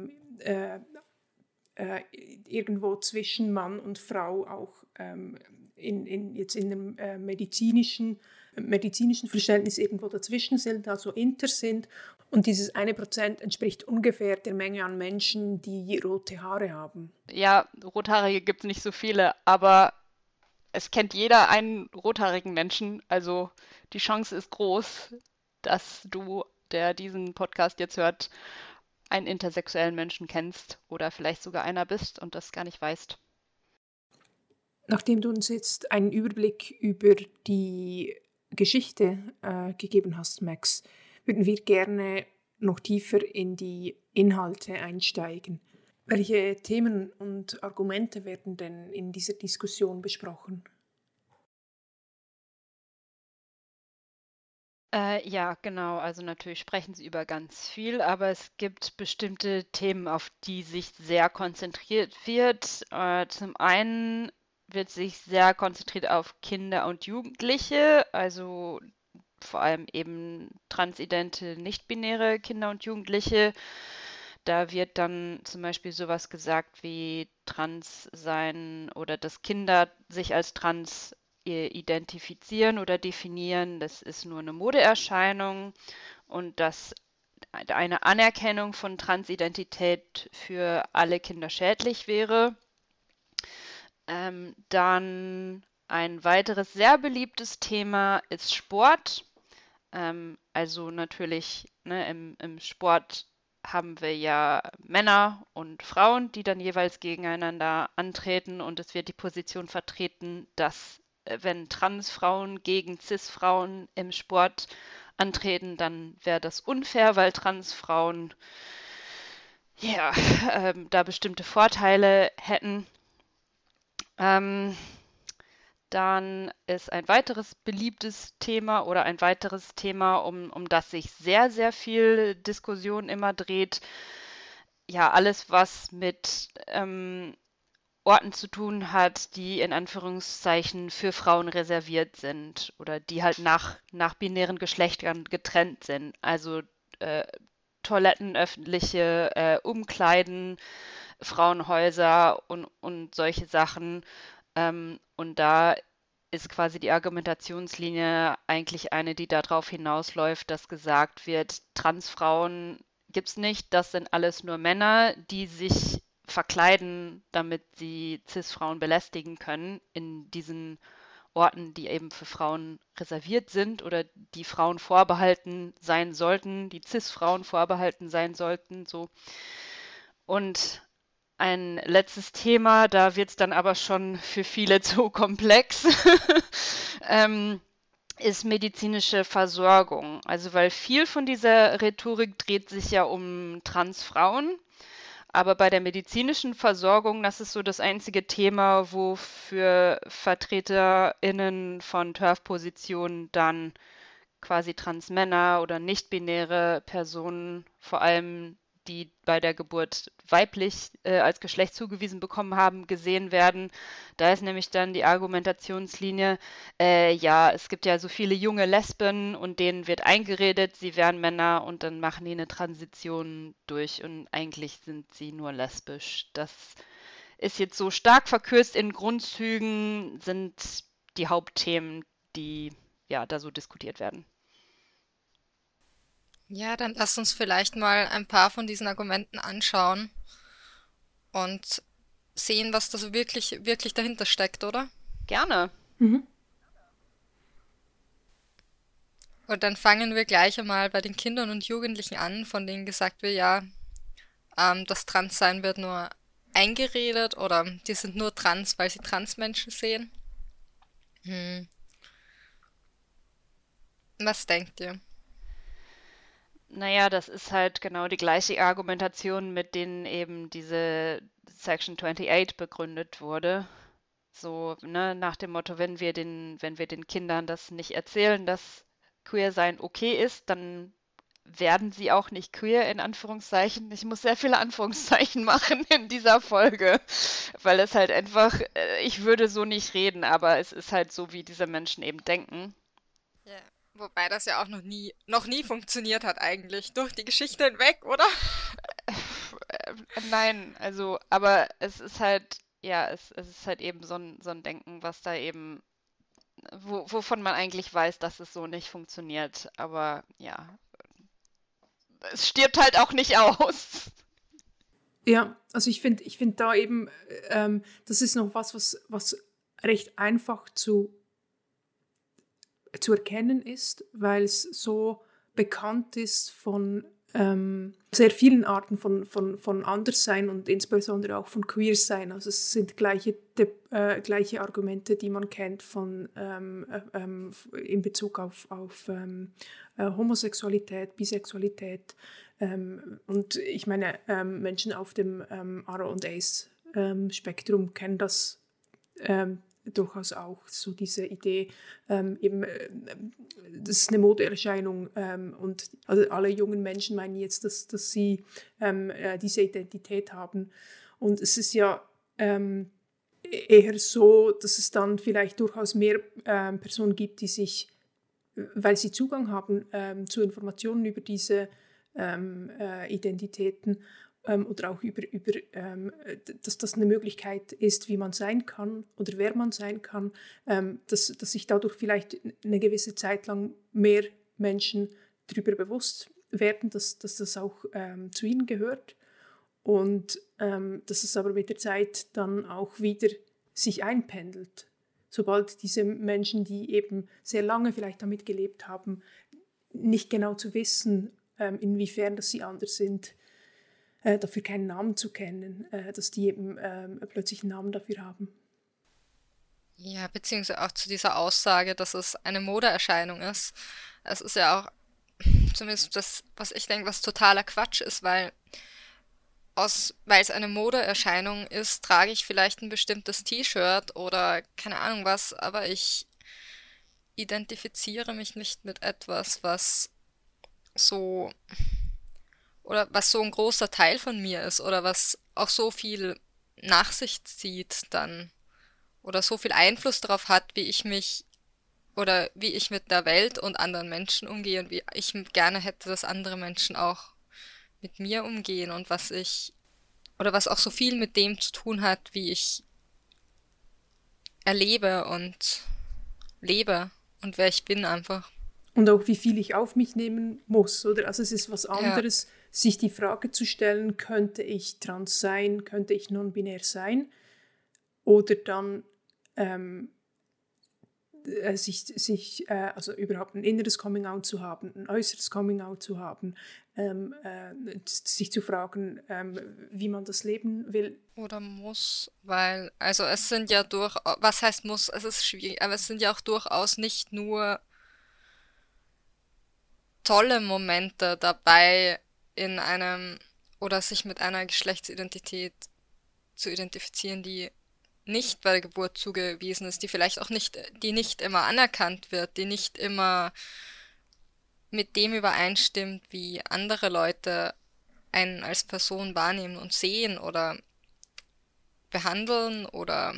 irgendwo zwischen Mann und Frau auch jetzt in einem medizinischen Verständnis irgendwo dazwischen sind, also inter sind. Und dieses 1% entspricht ungefähr der Menge an Menschen, die rote Haare haben. Ja, Rothaarige gibt es nicht so viele, aber es kennt jeder einen rothaarigen Menschen. Also die Chance ist groß, dass du, der diesen Podcast jetzt hört, einen intersexuellen Menschen kennst oder vielleicht sogar einer bist und das gar nicht weißt. Nachdem du uns jetzt einen Überblick über die Geschichte gegeben hast, Max, würden wir gerne noch tiefer in die Inhalte einsteigen. Welche Themen und Argumente werden denn in dieser Diskussion besprochen? Ja, genau. Also natürlich sprechen sie über ganz viel, aber es gibt bestimmte Themen, auf die sich sehr konzentriert wird. Zum einen wird sich sehr konzentriert auf Kinder und Jugendliche, also vor allem eben transidente, nicht-binäre Kinder und Jugendliche. Da wird dann zum Beispiel sowas gesagt wie trans sein oder dass Kinder sich als trans identifizieren oder definieren, das ist nur eine Modeerscheinung und dass eine Anerkennung von Transidentität für alle Kinder schädlich wäre. Dann ein weiteres sehr beliebtes Thema ist Sport. Also natürlich, ne, im Sport haben wir ja Männer und Frauen, die dann jeweils gegeneinander antreten und es wird die Position vertreten, dass wenn Transfrauen gegen Cis-Frauen im Sport antreten, dann wäre das unfair, weil Transfrauen ja, da bestimmte Vorteile hätten. Dann ist ein weiteres beliebtes Thema oder ein weiteres Thema, um das sich sehr, sehr viel Diskussion immer dreht. Ja, alles, was mit Orten zu tun hat, die in Anführungszeichen für Frauen reserviert sind oder die halt nach binären Geschlechtern getrennt sind. Also Toiletten, öffentliche Umkleiden, Frauenhäuser und solche Sachen. Und da ist quasi die Argumentationslinie eigentlich eine, die darauf hinausläuft, dass gesagt wird, Transfrauen gibt's nicht, das sind alles nur Männer, die sich verkleiden, damit sie Cis-Frauen belästigen können in diesen Orten, die eben für Frauen reserviert sind oder die Frauen vorbehalten sein sollten, die Cis-Frauen vorbehalten sein sollten, so. Und ein letztes Thema, da wird es dann aber schon für viele zu komplex, ist medizinische Versorgung. Also weil viel von dieser Rhetorik dreht sich ja um Transfrauen, aber bei der medizinischen Versorgung, das ist so das einzige Thema, wo für VertreterInnen von TERF-Positionen dann quasi Transmänner oder nicht-binäre Personen, vor allem die bei der Geburt weiblich als Geschlecht zugewiesen bekommen haben, gesehen werden. Da ist nämlich dann die Argumentationslinie, ja, es gibt ja so viele junge Lesben und denen wird eingeredet, sie wären Männer und dann machen die eine Transition durch und eigentlich sind sie nur lesbisch. Das ist jetzt so stark verkürzt in Grundzügen, sind die Hauptthemen, die ja da so diskutiert werden. Ja, dann lass uns vielleicht mal ein paar von diesen Argumenten anschauen und sehen, was da so wirklich dahinter steckt, oder? Gerne. Mhm. Und dann fangen wir gleich einmal bei den Kindern und Jugendlichen an, von denen gesagt wird, ja, das Transsein wird nur eingeredet oder die sind nur trans, weil sie Transmenschen sehen. Was denkt ihr? Naja, das ist halt genau die gleiche Argumentation, mit denen eben diese Section 28 begründet wurde. So, ne, nach dem Motto, wenn wir den Kindern das nicht erzählen, dass queer sein okay ist, dann werden sie auch nicht queer, in Anführungszeichen. Ich muss sehr viele Anführungszeichen machen in dieser Folge, weil es halt einfach, ich würde so nicht reden, aber es ist halt so, wie diese Menschen eben denken. Ja, wobei das ja auch noch nie funktioniert hat eigentlich, durch die Geschichte hinweg, oder? Nein, also, aber es ist halt, ja, es ist halt eben so ein Denken, was da eben, wovon man eigentlich weiß, dass es so nicht funktioniert. Aber ja, es stirbt halt auch nicht aus. Ja, also ich find da eben, das ist noch was recht einfach zu erkennen ist, weil es so bekannt ist von sehr vielen Arten von Anderssein und insbesondere auch von Queersein. Also es sind gleiche Argumente, die man kennt in Bezug auf Homosexualität, Bisexualität und ich meine, Menschen auf dem ARO und ACE-Spektrum kennen das durchaus auch, so diese Idee, das ist eine Modeerscheinung und also alle jungen Menschen meinen jetzt, dass sie diese Identität haben. Und es ist ja eher so, dass es dann vielleicht durchaus mehr Personen gibt, die sich, weil sie Zugang haben zu Informationen über diese Identitäten, oder auch dass das eine Möglichkeit ist, wie man sein kann oder wer man sein kann, dass sich dadurch vielleicht eine gewisse Zeit lang mehr Menschen darüber bewusst werden, dass das auch zu ihnen gehört und dass es aber mit der Zeit dann auch wieder sich einpendelt. Sobald diese Menschen, die eben sehr lange vielleicht damit gelebt haben, nicht genau zu wissen, inwiefern dass sie anders sind, dafür keinen Namen zu kennen, dass die eben plötzlich einen Namen dafür haben. Ja, beziehungsweise auch zu dieser Aussage, dass es eine Modeerscheinung ist. Es ist ja auch zumindest das, was ich denke, was totaler Quatsch ist, weil es eine Modeerscheinung ist, trage ich vielleicht ein bestimmtes T-Shirt oder keine Ahnung was, aber ich identifiziere mich nicht mit etwas, so was so ein großer Teil von mir ist oder was auch so viel nach sich zieht dann oder so viel Einfluss darauf hat, wie ich mich oder wie ich mit der Welt und anderen Menschen umgehe und wie ich gerne hätte, dass andere Menschen auch mit mir umgehen und was ich oder was auch so viel mit dem zu tun hat, wie ich erlebe und lebe und wer ich bin einfach. Und auch wie viel ich auf mich nehmen muss, oder? Also es ist was Ja. anderes, sich die Frage zu stellen, könnte ich trans sein, könnte ich non-binär sein? Oder dann also überhaupt ein inneres Coming-out zu haben, ein äußeres Coming-out zu haben, sich zu fragen, wie man das leben will. Oder muss, weil, also es sind ja was heißt muss, es ist schwierig, aber es sind ja auch durchaus nicht nur tolle Momente dabei oder sich mit einer Geschlechtsidentität zu identifizieren, die nicht bei der Geburt zugewiesen ist, die nicht immer anerkannt wird, die nicht immer mit dem übereinstimmt, wie andere Leute einen als Person wahrnehmen und sehen oder behandeln oder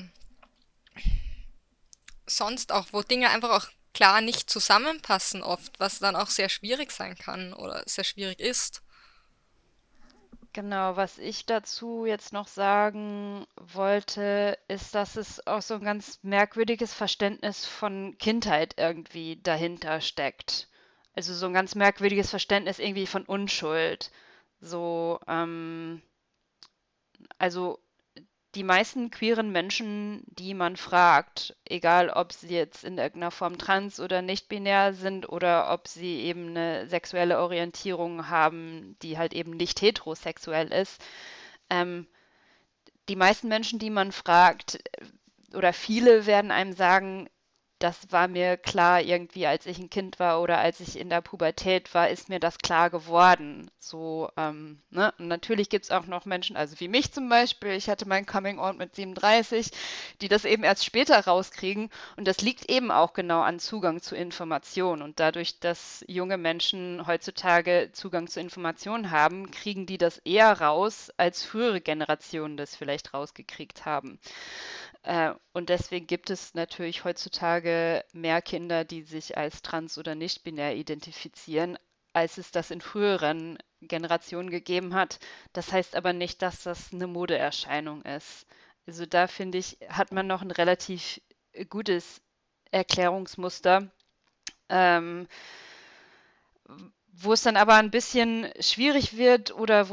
sonst auch, wo Dinge einfach auch klar nicht zusammenpassen oft, was dann auch sehr schwierig sein kann oder sehr schwierig ist. Genau, was ich dazu jetzt noch sagen wollte, ist, dass es auch so ein ganz merkwürdiges Verständnis von Kindheit irgendwie dahinter steckt. Also so ein ganz merkwürdiges Verständnis irgendwie von Unschuld. So, also die meisten queeren Menschen, die man fragt, egal ob sie jetzt in irgendeiner Form trans oder nicht binär sind oder ob sie eben eine sexuelle Orientierung haben, die halt eben nicht heterosexuell ist, die meisten Menschen, die man fragt, oder viele werden einem sagen, das war mir klar irgendwie, als ich ein Kind war oder als ich in der Pubertät war, ist mir das klar geworden. So, ne? Und natürlich gibt es auch noch Menschen, also wie mich zum Beispiel, ich hatte mein Coming Out mit 37, die das eben erst später rauskriegen. Und das liegt eben auch genau an Zugang zu Informationen. Und dadurch, dass junge Menschen heutzutage Zugang zu Informationen haben, kriegen die das eher raus, als frühere Generationen das vielleicht rausgekriegt haben. Und deswegen gibt es natürlich heutzutage mehr Kinder, die sich als trans oder nicht binär identifizieren, als es das in früheren Generationen gegeben hat. Das heißt aber nicht, dass das eine Modeerscheinung ist. Also da finde ich, hat man noch ein relativ gutes Erklärungsmuster, ähm, wo es dann aber ein bisschen schwierig wird oder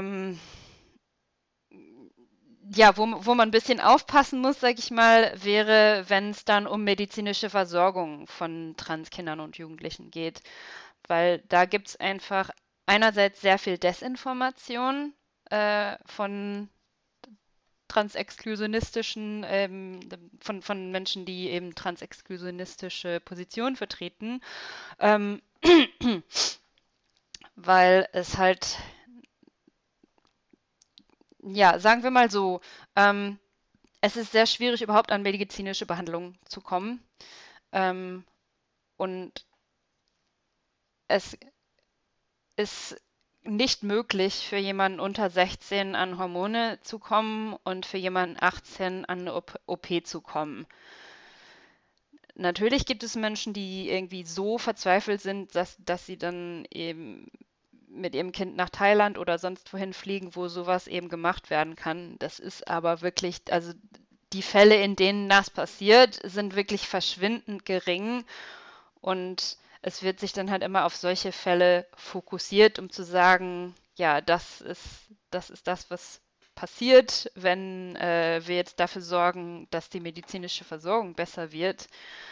wo man ein bisschen aufpassen muss, sag ich mal, wäre, wenn es dann um medizinische Versorgung von Transkindern und Jugendlichen geht. Weil da gibt es einfach einerseits sehr viel Desinformation von transexklusionistischen, von Menschen, die eben transexklusionistische Positionen vertreten, ähm, weil es halt, ja, sagen wir mal so, es ist sehr schwierig, überhaupt an medizinische Behandlung zu kommen. Ähm, und es ist nicht möglich für jemanden unter 16 an Hormone zu kommen und für jemanden 18 an eine OP zu kommen. Natürlich gibt es Menschen, die irgendwie so verzweifelt sind, dass sie dann eben mit ihrem Kind nach Thailand oder sonst wohin fliegen, wo sowas eben gemacht werden kann. Das ist aber wirklich, also die Fälle, in denen das passiert, sind wirklich verschwindend gering und es wird sich dann halt immer auf solche Fälle fokussiert, um zu sagen, ja, das ist das, was passiert, wenn wir jetzt dafür sorgen, dass die medizinische Versorgung besser wird.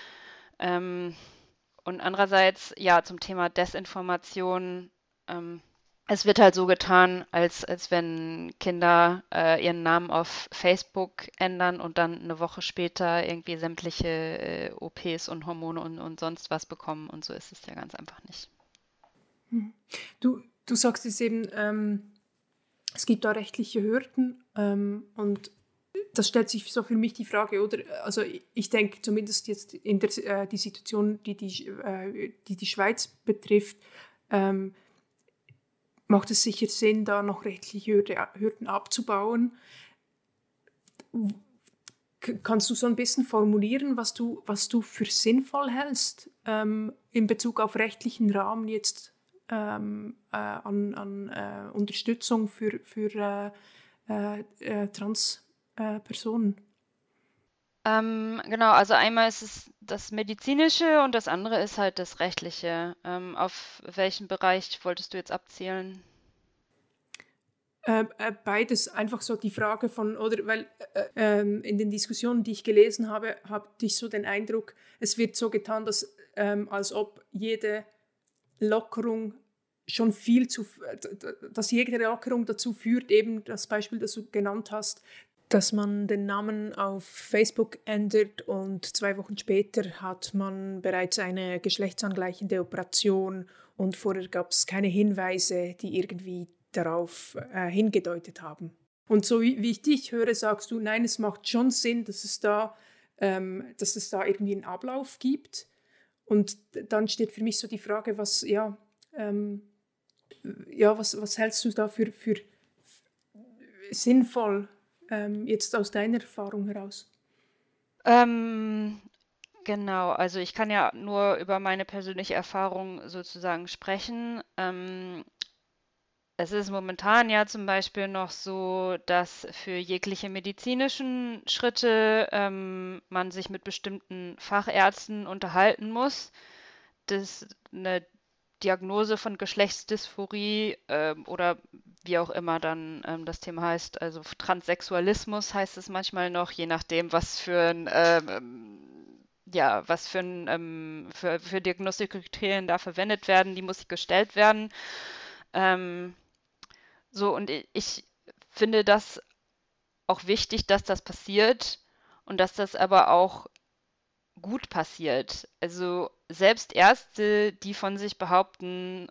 Und andererseits, ja, zum Thema Desinformation, es wird halt so getan, als wenn Kinder ihren Namen auf Facebook ändern und dann eine Woche später irgendwie sämtliche OPs und Hormone und sonst was bekommen. Und so ist es ja ganz einfach nicht. Du sagst es eben, es gibt da rechtliche Hürden und das stellt sich so für mich die Frage, oder? Also ich denke zumindest jetzt in die Situation, die Schweiz betrifft, macht es sicher Sinn, da noch rechtliche Hürden abzubauen. Kannst du so ein bisschen formulieren, was du für sinnvoll hältst in Bezug auf rechtlichen Rahmen jetzt an Unterstützung für Trans-Personen? Genau, also einmal ist es das Medizinische und das andere ist halt das Rechtliche. Auf welchen Bereich wolltest du jetzt abzielen? Beides, einfach so die Frage von, oder weil in den Diskussionen, die ich gelesen habe, hatte ich so den Eindruck, es wird so getan, dass als ob jede Lockerung schon dass jede Lockerung dazu führt, eben das Beispiel, das du genannt hast, dass man den Namen auf Facebook ändert und 2 Wochen später hat man bereits eine geschlechtsangleichende Operation und vorher gab es keine Hinweise, die irgendwie darauf hingedeutet haben. Und so wie ich dich höre, sagst du, nein, es macht schon Sinn, dass es da irgendwie einen Ablauf gibt. Und dann steht für mich so die Frage, was hältst du da für sinnvoll, jetzt aus deiner Erfahrung heraus? Genau, also ich kann ja nur über meine persönliche Erfahrung sozusagen sprechen. Es ist momentan ja zum Beispiel noch so, dass für jegliche medizinischen Schritte man sich mit bestimmten Fachärzten unterhalten muss. Das eine Diagnose von Geschlechtsdysphorie oder wie auch immer dann das Thema heißt, also Transsexualismus heißt es manchmal noch, je nachdem, was für Diagnostikkriterien da verwendet werden, die muss gestellt werden. Und ich finde das auch wichtig, dass das passiert und dass das aber auch gut passiert. Also selbst Ärztinnen, die von sich behaupten,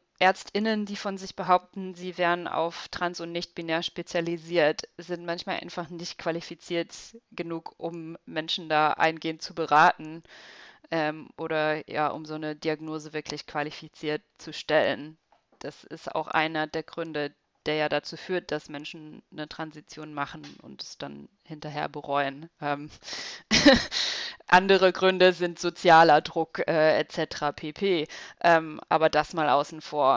sie wären auf trans- und nicht-binär spezialisiert, sind manchmal einfach nicht qualifiziert genug, um Menschen da eingehend zu beraten, oder ja, um so eine Diagnose wirklich qualifiziert zu stellen. Das ist auch einer der Gründe, der ja dazu führt, dass Menschen eine Transition machen und es dann hinterher bereuen. Andere Gründe sind sozialer Druck etc. pp. Aber das mal außen vor.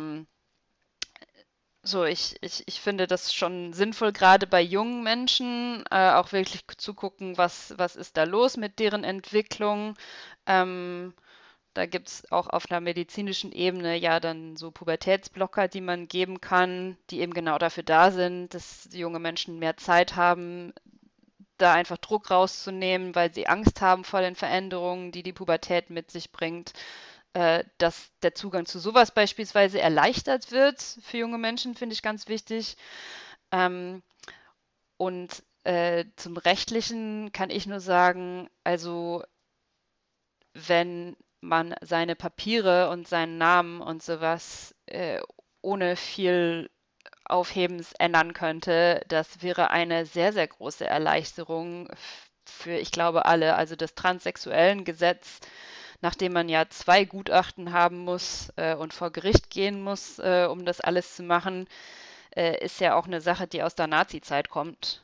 Ich finde das schon sinnvoll, gerade bei jungen Menschen, auch wirklich zu gucken, was ist da los mit deren Entwicklung. Da gibt es auch auf einer medizinischen Ebene ja dann so Pubertätsblocker, die man geben kann, die eben genau dafür da sind, dass junge Menschen mehr Zeit haben, da einfach Druck rauszunehmen, weil sie Angst haben vor den Veränderungen, die die Pubertät mit sich bringt, dass der Zugang zu sowas beispielsweise erleichtert wird für junge Menschen, finde ich ganz wichtig. Und zum Rechtlichen kann ich nur sagen, also wenn man seine Papiere und seinen Namen und sowas ohne viel Aufhebens ändern könnte, das wäre eine sehr, sehr große Erleichterung für, ich glaube, alle. Also das transsexuellen Gesetz, nachdem man ja 2 Gutachten haben muss und vor Gericht gehen muss, um das alles zu machen, ist ja auch eine Sache, die aus der Nazi-Zeit kommt.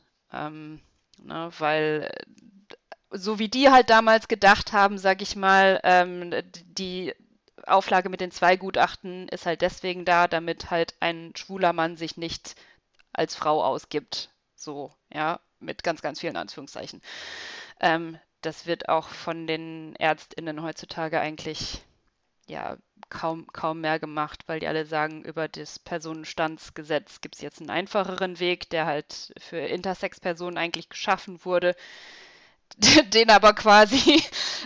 Weil so wie die halt damals gedacht haben, sag ich mal, die Auflage mit den 2 Gutachten ist halt deswegen da, damit halt ein schwuler Mann sich nicht als Frau ausgibt. So, ja, mit ganz, ganz vielen Anführungszeichen. Das wird auch von den ÄrztInnen heutzutage eigentlich ja kaum mehr gemacht, weil die alle sagen, über das Personenstandsgesetz gibt es jetzt einen einfacheren Weg, der halt für Intersex-Personen eigentlich geschaffen wurde, den aber quasi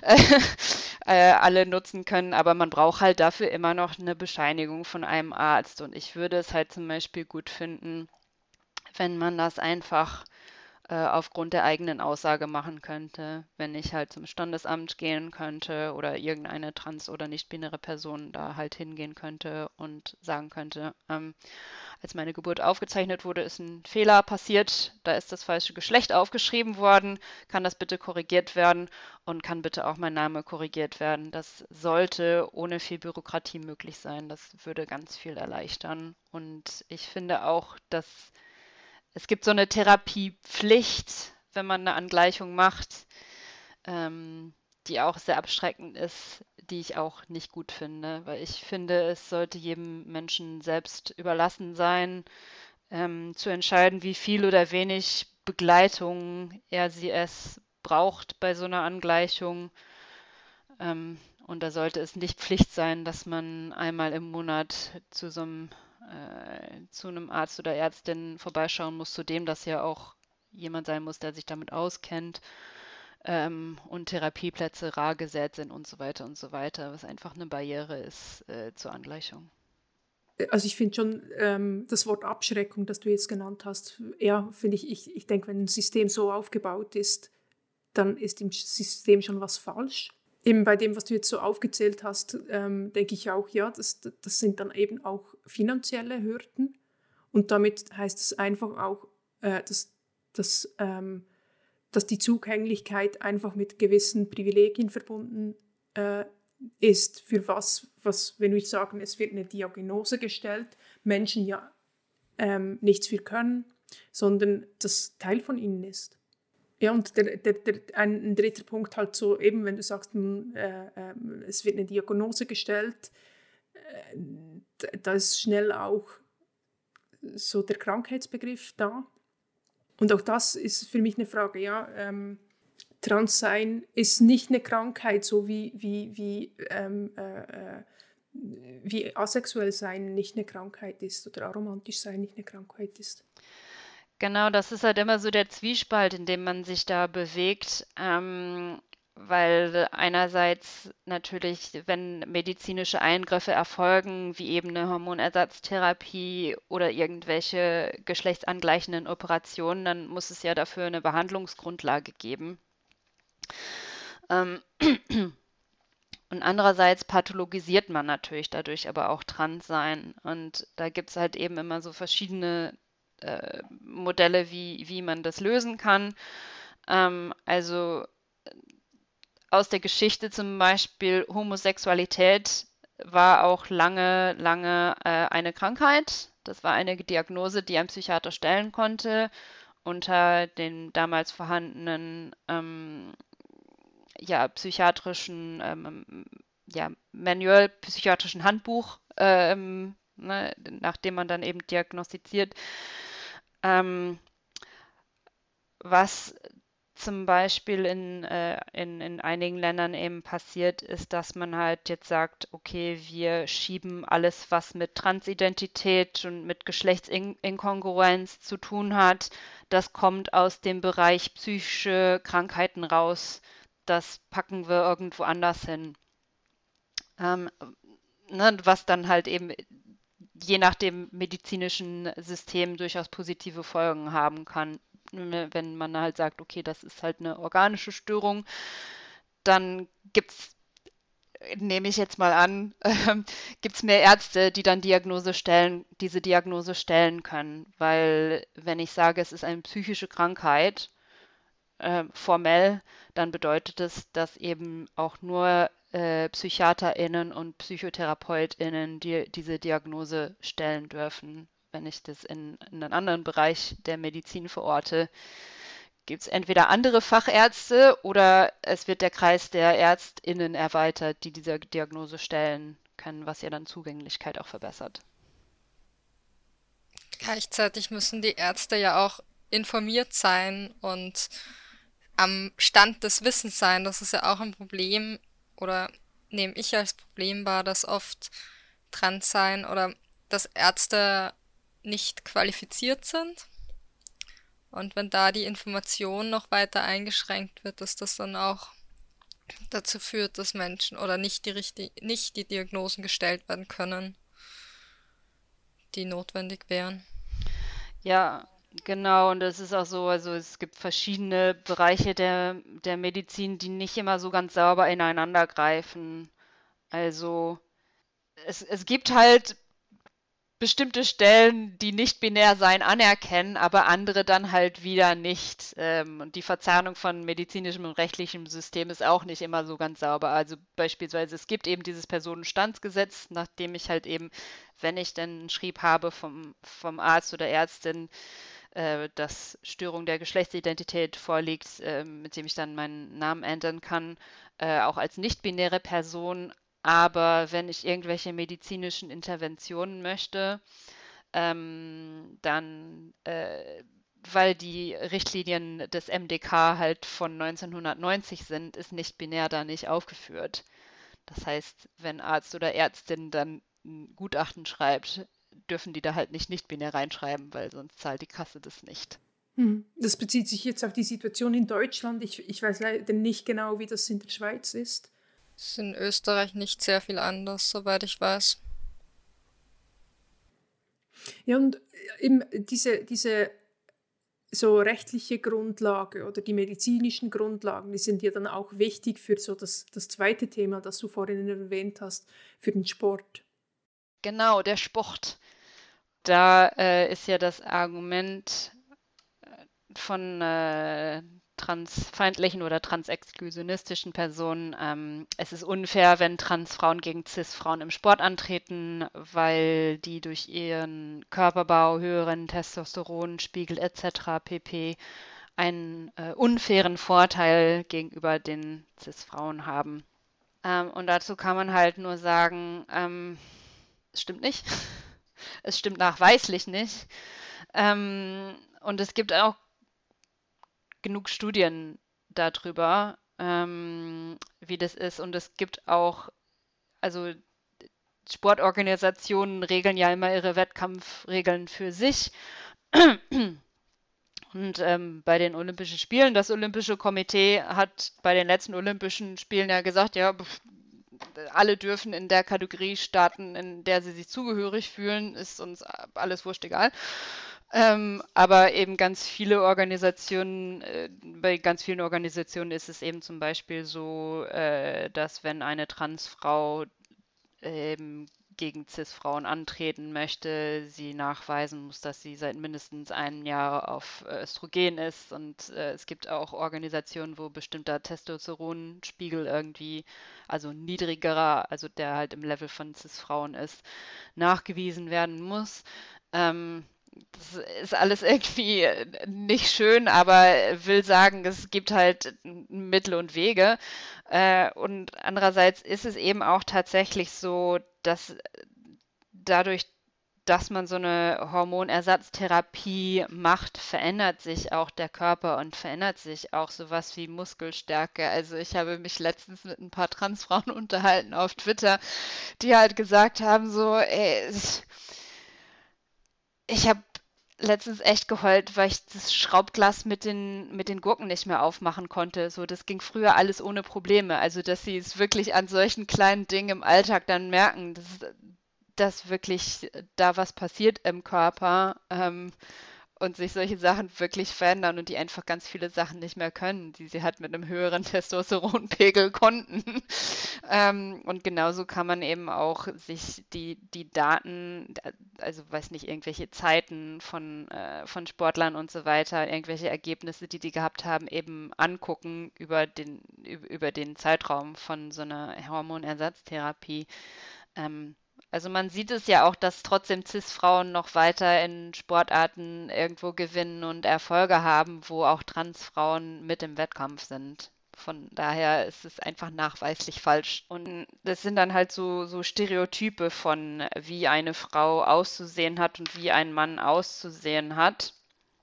alle nutzen können, aber man braucht halt dafür immer noch eine Bescheinigung von einem Arzt. Und ich würde es halt zum Beispiel gut finden, wenn man das einfach aufgrund der eigenen Aussage machen könnte, wenn ich halt zum Standesamt gehen könnte oder irgendeine trans- oder nicht-binäre Person da halt hingehen könnte und sagen könnte, als meine Geburt aufgezeichnet wurde, ist ein Fehler passiert, da ist das falsche Geschlecht aufgeschrieben worden, kann das bitte korrigiert werden und kann bitte auch mein Name korrigiert werden. Das sollte ohne viel Bürokratie möglich sein. Das würde ganz viel erleichtern. Und ich finde auch, dass es gibt so eine Therapiepflicht, wenn man eine Angleichung macht, die auch sehr abschreckend ist, die ich auch nicht gut finde, weil ich finde, es sollte jedem Menschen selbst überlassen sein, zu entscheiden, wie viel oder wenig Begleitung es braucht bei so einer Angleichung. Und da sollte es nicht Pflicht sein, dass man einmal im Monat zu einem Arzt oder Ärztin vorbeischauen muss, zudem das ja auch jemand sein muss, der sich damit auskennt, und Therapieplätze rar gesät sind und so weiter, was einfach eine Barriere ist zur Angleichung. Also ich finde schon das Wort Abschreckung, das du jetzt genannt hast, ja, finde ich denke, wenn ein System so aufgebaut ist, dann ist im System schon was falsch. Eben bei dem, was du jetzt so aufgezählt hast, denke ich auch, ja, das sind dann eben auch finanzielle Hürden. Und damit heißt es einfach auch, dass die Zugänglichkeit einfach mit gewissen Privilegien verbunden ist, für was, wenn wir sagen, es wird eine Diagnose gestellt, Menschen ja nichts für können, sondern das Teil von ihnen ist. Ja, und ein dritter Punkt halt so, eben wenn du sagst, es wird eine Diagnose gestellt, da ist schnell auch so der Krankheitsbegriff da. Und auch das ist für mich eine Frage, ja, Transsein ist nicht eine Krankheit, so wie asexuell sein nicht eine Krankheit ist oder aromantisch sein nicht eine Krankheit ist. Genau, das ist halt immer so der Zwiespalt, in dem man sich da bewegt, weil einerseits natürlich, wenn medizinische Eingriffe erfolgen, wie eben eine Hormonersatztherapie oder irgendwelche geschlechtsangleichenden Operationen, dann muss es ja dafür eine Behandlungsgrundlage geben. Und andererseits pathologisiert man natürlich dadurch aber auch Transsein. Und da gibt es halt eben immer so verschiedene Modelle, wie man das lösen kann. Also aus der Geschichte zum Beispiel, Homosexualität war auch lange eine Krankheit. Das war eine Diagnose, die ein Psychiater stellen konnte unter den damals vorhandenen psychiatrischen Manual, psychiatrischen Handbuch, nachdem man dann eben diagnostiziert. Was zum Beispiel in einigen Ländern eben passiert, ist, dass man halt jetzt sagt, okay, wir schieben alles, was mit Transidentität und mit Geschlechtsinkongruenz zu tun hat, das kommt aus dem Bereich psychische Krankheiten raus, das packen wir irgendwo anders hin. Was dann halt eben je nach dem medizinischen System durchaus positive Folgen haben kann. Wenn man halt sagt, okay, das ist halt eine organische Störung, dann nehme ich jetzt mal an, gibt es mehr Ärzte, die dann diese Diagnose stellen können. Weil wenn ich sage, es ist eine psychische Krankheit, formell, dann bedeutet es, dass eben auch nur PsychiaterInnen und PsychotherapeutInnen diese Diagnose stellen dürfen. Wenn ich das in einen anderen Bereich der Medizin verorte, gibt es entweder andere Fachärzte oder es wird der Kreis der ÄrztInnen erweitert, die diese Diagnose stellen können, was ja dann Zugänglichkeit auch verbessert. Gleichzeitig müssen die Ärzte ja auch informiert sein und am Stand des Wissens sein. Das ist ja auch ein Problem, oder nehme ich als Problem wahr, dass oft Transsein oder dass Ärzte nicht qualifiziert sind. Und wenn da die Information noch weiter eingeschränkt wird, dass das dann auch dazu führt, dass Menschen oder nicht die Diagnosen gestellt werden können, die notwendig wären. Ja, genau, und es ist auch so, also es gibt verschiedene Bereiche der Medizin, die nicht immer so ganz sauber ineinander greifen. Also es gibt halt bestimmte Stellen, die nicht binär sein anerkennen, aber andere dann halt wieder nicht. Und die Verzahnung von medizinischem und rechtlichem System ist auch nicht immer so ganz sauber. Also beispielsweise, es gibt eben dieses Personenstandsgesetz, nachdem ich halt eben, wenn ich dann einen Schrieb habe vom Arzt oder Ärztin, dass Störung der Geschlechtsidentität vorliegt, mit dem ich dann meinen Namen ändern kann, auch als nicht-binäre Person. Aber wenn ich irgendwelche medizinischen Interventionen möchte, weil die Richtlinien des MDK halt von 1990 sind, ist nicht binär da nicht aufgeführt. Das heißt, wenn Arzt oder Ärztin dann ein Gutachten schreibt, dürfen die da halt nicht binär reinschreiben, weil sonst zahlt die Kasse das nicht. Das bezieht sich jetzt auf die Situation in Deutschland. Ich weiß leider nicht genau, wie das in der Schweiz ist. Es ist in Österreich nicht sehr viel anders, soweit ich weiß. Ja, und eben diese so rechtliche Grundlage oder die medizinischen Grundlagen, die sind ja dann auch wichtig für so das zweite Thema, das du vorhin erwähnt hast, für den Sport. Genau, der Sport. Da ist ja das Argument von transfeindlichen oder transexklusionistischen Personen, es ist unfair, wenn Transfrauen gegen Cis-Frauen im Sport antreten, weil die durch ihren Körperbau, höheren Testosteronspiegel etc. pp. Einen unfairen Vorteil gegenüber den Cis-Frauen haben. Und dazu kann man halt nur sagen, es stimmt nicht. Es stimmt nachweislich nicht. Und es gibt auch genug Studien darüber, wie das ist. Und es gibt auch, also Sportorganisationen regeln ja immer ihre Wettkampfregeln für sich. Und bei den Olympischen Spielen, das Olympische Komitee hat bei den letzten Olympischen Spielen ja gesagt, ja, alle dürfen in der Kategorie starten, in der sie sich zugehörig fühlen, ist uns alles wurscht egal. Aber eben ganz viele Organisationen, bei ganz vielen Organisationen ist es eben zum Beispiel so, dass wenn eine Transfrau gegen Cis-Frauen antreten möchte, sie nachweisen muss, dass sie seit mindestens einem Jahr auf Östrogen ist. Und es gibt auch Organisationen, wo bestimmter Testosteronspiegel irgendwie, also niedrigerer, also der halt im Level von Cis-Frauen ist, nachgewiesen werden muss. Das ist alles irgendwie nicht schön, aber will sagen, es gibt halt Mittel und Wege. Und andererseits ist es eben auch tatsächlich so, dass dadurch, dass man so eine Hormonersatztherapie macht, verändert sich auch der Körper und verändert sich auch sowas wie Muskelstärke. Also ich habe mich letztens mit ein paar Transfrauen unterhalten auf Twitter, die halt gesagt haben, so, ey, ich habe letztens echt geheult, weil ich das Schraubglas mit den Gurken nicht mehr aufmachen konnte. So, das ging früher alles ohne Probleme. Also, dass sie es wirklich an solchen kleinen Dingen im Alltag dann merken, dass wirklich da was passiert im Körper und sich solche Sachen wirklich verändern und die einfach ganz viele Sachen nicht mehr können, die sie halt mit einem höheren Testosteronpegel konnten. Und genauso kann man eben auch sich die Daten, also weiß nicht, irgendwelche Zeiten von Sportlern und so weiter, irgendwelche Ergebnisse, die gehabt haben, eben angucken über den Zeitraum von so einer Hormonersatztherapie. Also man sieht es ja auch, dass trotzdem Cis-Frauen noch weiter in Sportarten irgendwo gewinnen und Erfolge haben, wo auch Trans-Frauen mit im Wettkampf sind. Von daher ist es einfach nachweislich falsch. Und das sind dann halt so Stereotype von, wie eine Frau auszusehen hat und wie ein Mann auszusehen hat,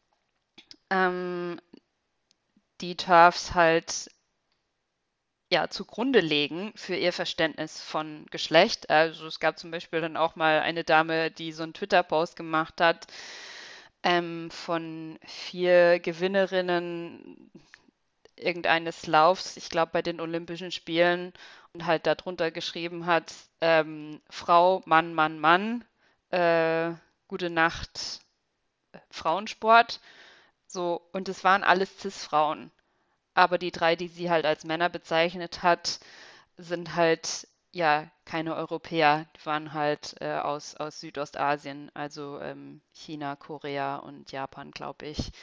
die TERFs halt ja, zugrunde legen für ihr Verständnis von Geschlecht. Also es gab zum Beispiel dann auch mal eine Dame, die so einen Twitter-Post gemacht hat von 4 Gewinnerinnen irgendeines Laufs, ich glaube bei den Olympischen Spielen, und halt darunter geschrieben hat, Frau, Mann, Mann, Mann, gute Nacht, Frauensport. So, und es waren alles Cis-Frauen. Aber die 3, die sie halt als Männer bezeichnet hat, sind halt ja keine Europäer. Die waren halt aus Südostasien, also China, Korea und Japan, glaube ich.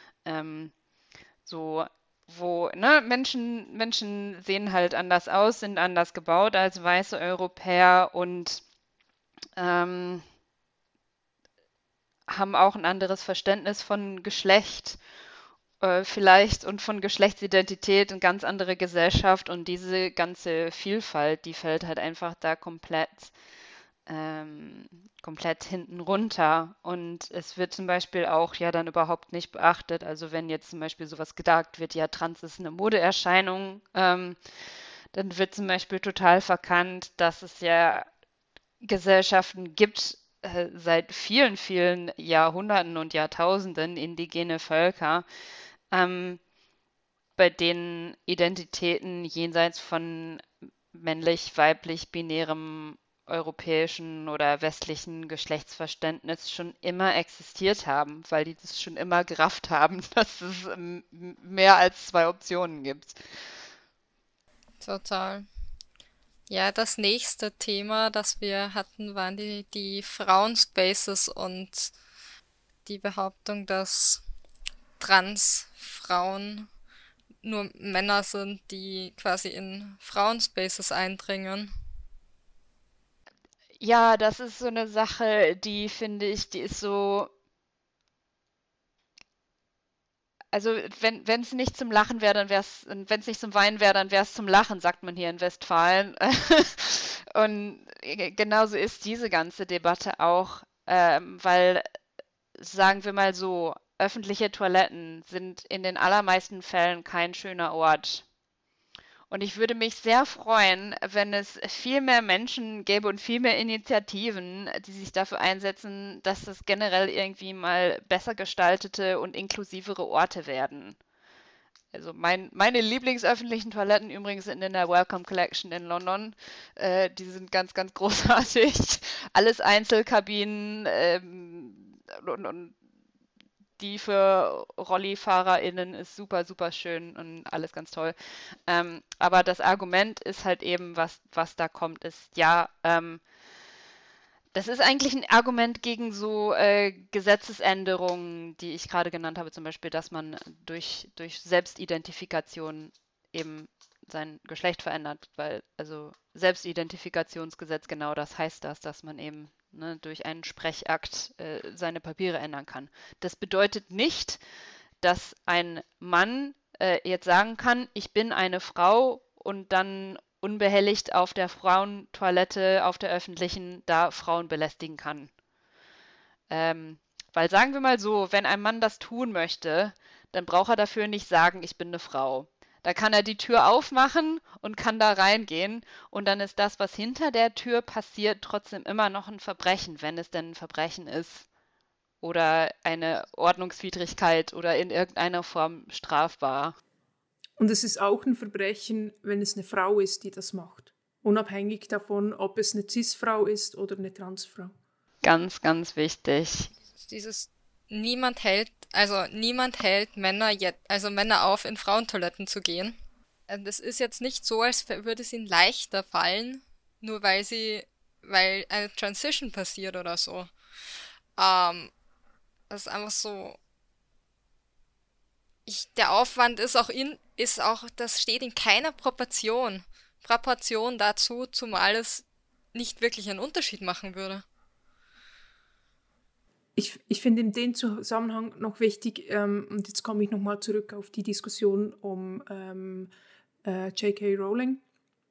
So, wo, ne, Menschen sehen halt anders aus, sind anders gebaut als weiße Europäer und haben auch ein anderes Verständnis von Geschlecht vielleicht und von Geschlechtsidentität eine ganz andere Gesellschaft und diese ganze Vielfalt, die fällt halt einfach da komplett komplett hinten runter. Und es wird zum Beispiel auch ja dann überhaupt nicht beachtet. Also wenn jetzt zum Beispiel sowas gesagt wird, ja, Trans ist eine Modeerscheinung, dann wird zum Beispiel total verkannt, dass es ja Gesellschaften gibt, seit vielen, vielen Jahrhunderten und Jahrtausenden, indigene Völker, bei denen Identitäten jenseits von männlich, weiblich, binärem europäischen oder westlichen Geschlechtsverständnis schon immer existiert haben, weil die das schon immer gerafft haben, dass es mehr als zwei Optionen gibt. Total. Ja, das nächste Thema, das wir hatten, waren die Frauenspaces und die Behauptung, dass Transfrauen nur Männer sind, die quasi in Frauenspaces eindringen. Ja, das ist so eine Sache, die finde ich, die ist so, also wenn es nicht zum Lachen wäre, dann wäre es, wenn es nicht zum Weinen wäre, dann wäre es zum Lachen, sagt man hier in Westfalen. Und genauso ist diese ganze Debatte auch, weil, sagen wir mal so, öffentliche Toiletten sind in den allermeisten Fällen kein schöner Ort. Und ich würde mich sehr freuen, wenn es viel mehr Menschen gäbe und viel mehr Initiativen, die sich dafür einsetzen, dass es generell irgendwie mal besser gestaltete und inklusivere Orte werden. Also meine Lieblingsöffentlichen Toiletten übrigens sind in der Wellcome Collection in London. Die sind ganz, ganz großartig. Alles Einzelkabinen und die für RollifahrerInnen ist super, super schön und alles ganz toll. Aber das Argument ist halt eben, was da kommt, ist, ja, das ist eigentlich ein Argument gegen so Gesetzesänderungen, die ich gerade genannt habe, zum Beispiel, dass man durch Selbstidentifikation eben sein Geschlecht verändert, weil also Selbstidentifikationsgesetz genau das heißt dass man eben durch einen Sprechakt seine Papiere ändern kann. Das bedeutet nicht, dass ein Mann jetzt sagen kann, ich bin eine Frau und dann unbehelligt auf der Frauentoilette, auf der öffentlichen, da Frauen belästigen kann. Weil sagen wir mal so, wenn ein Mann das tun möchte, dann braucht er dafür nicht sagen, ich bin eine Frau. Da kann er die Tür aufmachen und kann da reingehen und dann ist das, was hinter der Tür passiert, trotzdem immer noch ein Verbrechen, wenn es denn ein Verbrechen ist oder eine Ordnungswidrigkeit oder in irgendeiner Form strafbar. Und es ist auch ein Verbrechen, wenn es eine Frau ist, die das macht. Unabhängig davon, ob es eine Cis-Frau ist oder eine Transfrau. Ganz, ganz wichtig. Dieses niemand hält Männer auf, in Frauentoiletten zu gehen. Das ist jetzt nicht so, als würde es ihnen leichter fallen, nur weil eine Transition passiert oder so. Das ist einfach so. Der Aufwand ist das steht in keiner Proportion dazu, zumal es nicht wirklich einen Unterschied machen würde. Ich finde in dem Zusammenhang noch wichtig, und jetzt komme ich nochmal zurück auf die Diskussion um J.K. Rowling.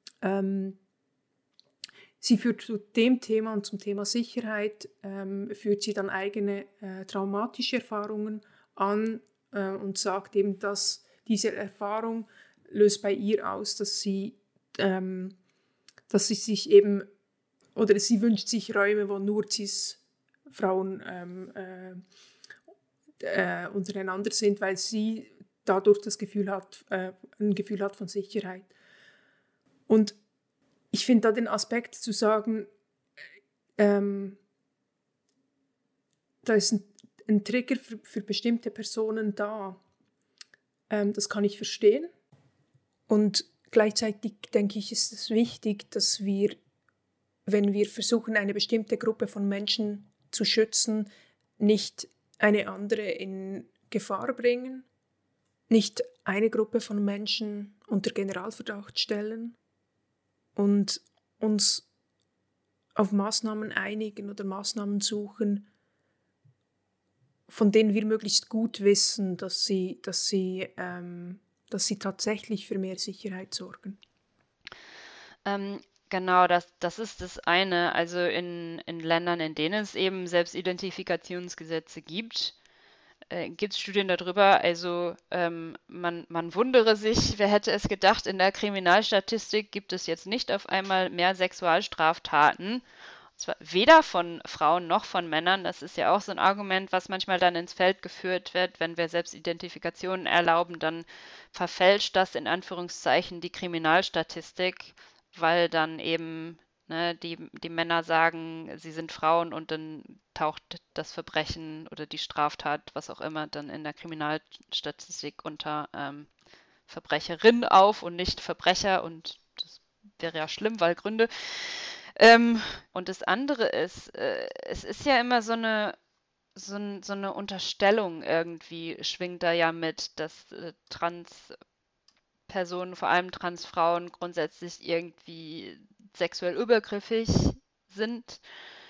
Sie führt zu dem Thema und zum Thema Sicherheit, führt sie dann eigene traumatische Erfahrungen an und sagt eben, dass diese Erfahrung löst bei ihr aus, dass sie sich eben, oder sie wünscht sich Räume, wo nur Cis-Frauen untereinander sind, weil sie dadurch ein Gefühl hat von Sicherheit. Und ich finde da den Aspekt zu sagen, da ist ein Trigger für bestimmte Personen da. Das kann ich verstehen. Und gleichzeitig denke ich, ist es wichtig, dass wir, wenn wir versuchen, eine bestimmte Gruppe von Menschen zu schützen, nicht eine andere in Gefahr bringen, nicht eine Gruppe von Menschen unter Generalverdacht stellen und uns auf Maßnahmen einigen oder Maßnahmen suchen, von denen wir möglichst gut wissen, dass sie tatsächlich für mehr Sicherheit sorgen. Genau, das ist das eine. Also in Ländern, in denen es eben Selbstidentifikationsgesetze gibt es Studien darüber. Also man wundere sich, wer hätte es gedacht, in der Kriminalstatistik gibt es jetzt nicht auf einmal mehr Sexualstraftaten. Und zwar weder von Frauen noch von Männern. Das ist ja auch so ein Argument, was manchmal dann ins Feld geführt wird. Wenn wir Selbstidentifikationen erlauben, dann verfälscht das in Anführungszeichen die Kriminalstatistik, weil dann eben die Männer sagen, sie sind Frauen und dann taucht das Verbrechen oder die Straftat, was auch immer, dann in der Kriminalstatistik unter Verbrecherin auf und nicht Verbrecher und das wäre ja schlimm, weil Gründe. Und das andere ist, es ist ja immer so eine Unterstellung irgendwie, schwingt da ja mit, dass Transpersonen, vor allem Transfrauen, grundsätzlich irgendwie sexuell übergriffig sind.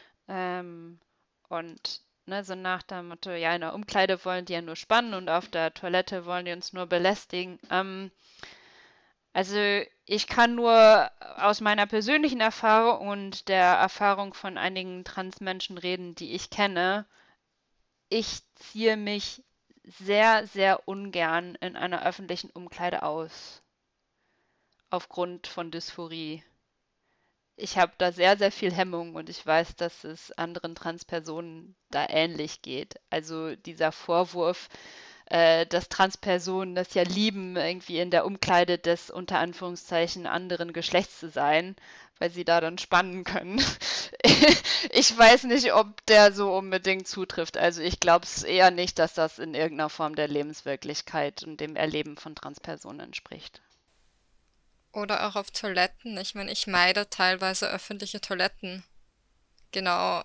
Und so nach dem Motto, ja, in der Umkleide wollen die ja nur spannen und auf der Toilette wollen die uns nur belästigen. Also ich kann nur aus meiner persönlichen Erfahrung und der Erfahrung von einigen Transmenschen reden, die ich kenne. Ich ziehe mich sehr, sehr ungern in einer öffentlichen Umkleide aus. Aufgrund von Dysphorie. Ich habe da sehr, sehr viel Hemmung und ich weiß, dass es anderen Transpersonen da ähnlich geht. Also dieser Vorwurf, dass Transpersonen das ja lieben, irgendwie in der Umkleide des unter Anführungszeichen anderen Geschlechts zu sein, weil sie da dann spannen können. Ich weiß nicht, ob der so unbedingt zutrifft. Also ich glaube es eher nicht, dass das in irgendeiner Form der Lebenswirklichkeit und dem Erleben von Transpersonen entspricht. Oder auch auf Toiletten. Ich meine, ich meide teilweise öffentliche Toiletten. Genau,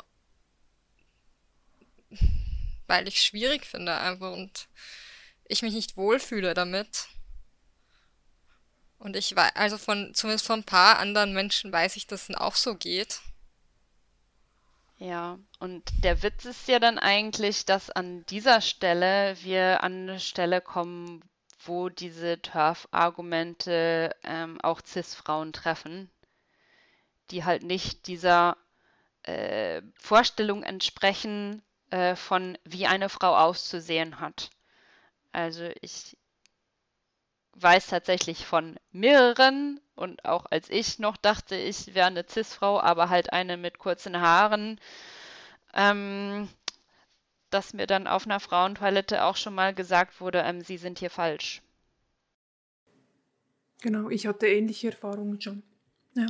weil ich es schwierig finde einfach und ich mich nicht wohlfühle damit. Und ich weiß, also zumindest von ein paar anderen Menschen weiß ich, dass es auch so geht. Ja, und der Witz ist ja dann eigentlich, dass an dieser Stelle wir an eine Stelle kommen, wo diese TERF-Argumente auch Cis-Frauen treffen, die halt nicht dieser Vorstellung entsprechen, von wie eine Frau auszusehen hat. Also ich weiß tatsächlich von mehreren und auch als ich noch dachte, ich wäre eine Cis-Frau, aber halt eine mit kurzen Haaren, ähm, dass mir dann auf einer Frauentoilette auch schon mal gesagt wurde, Sie sind hier falsch. Genau, ich hatte ähnliche Erfahrungen schon. Ja.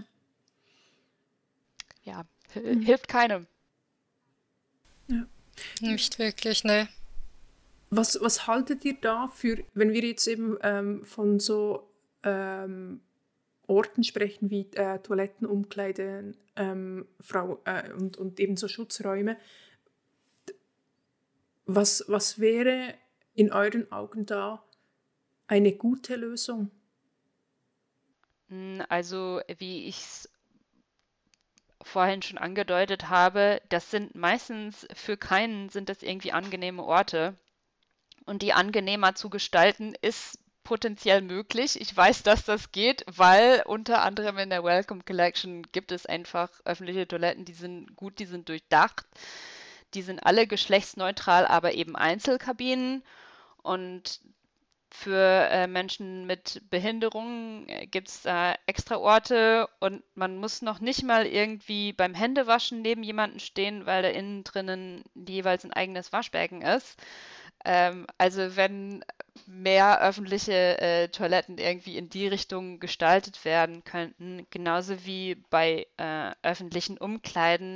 Ja, hilft keinem. Ja. Nicht wirklich, ne. Was haltet ihr da für, wenn wir jetzt eben von so Orten sprechen wie Toiletten, Umkleiden, und eben so Schutzräume? Was wäre in euren Augen da eine gute Lösung? Also, wie ich es vorhin schon angedeutet habe, das sind meistens für keinen sind das irgendwie angenehme Orte. Und die angenehmer zu gestalten ist potenziell möglich. Ich weiß, dass das geht, weil unter anderem in der Welcome Collection gibt es einfach öffentliche Toiletten, die sind gut, die sind durchdacht. Die sind alle geschlechtsneutral, aber eben Einzelkabinen. Und für Menschen mit Behinderungen gibt es da extra Orte und man muss noch nicht mal irgendwie beim Händewaschen neben jemanden stehen, weil da innen drinnen jeweils ein eigenes Waschbecken ist. Also wenn mehr öffentliche Toiletten irgendwie in die Richtung gestaltet werden könnten, genauso wie bei öffentlichen Umkleiden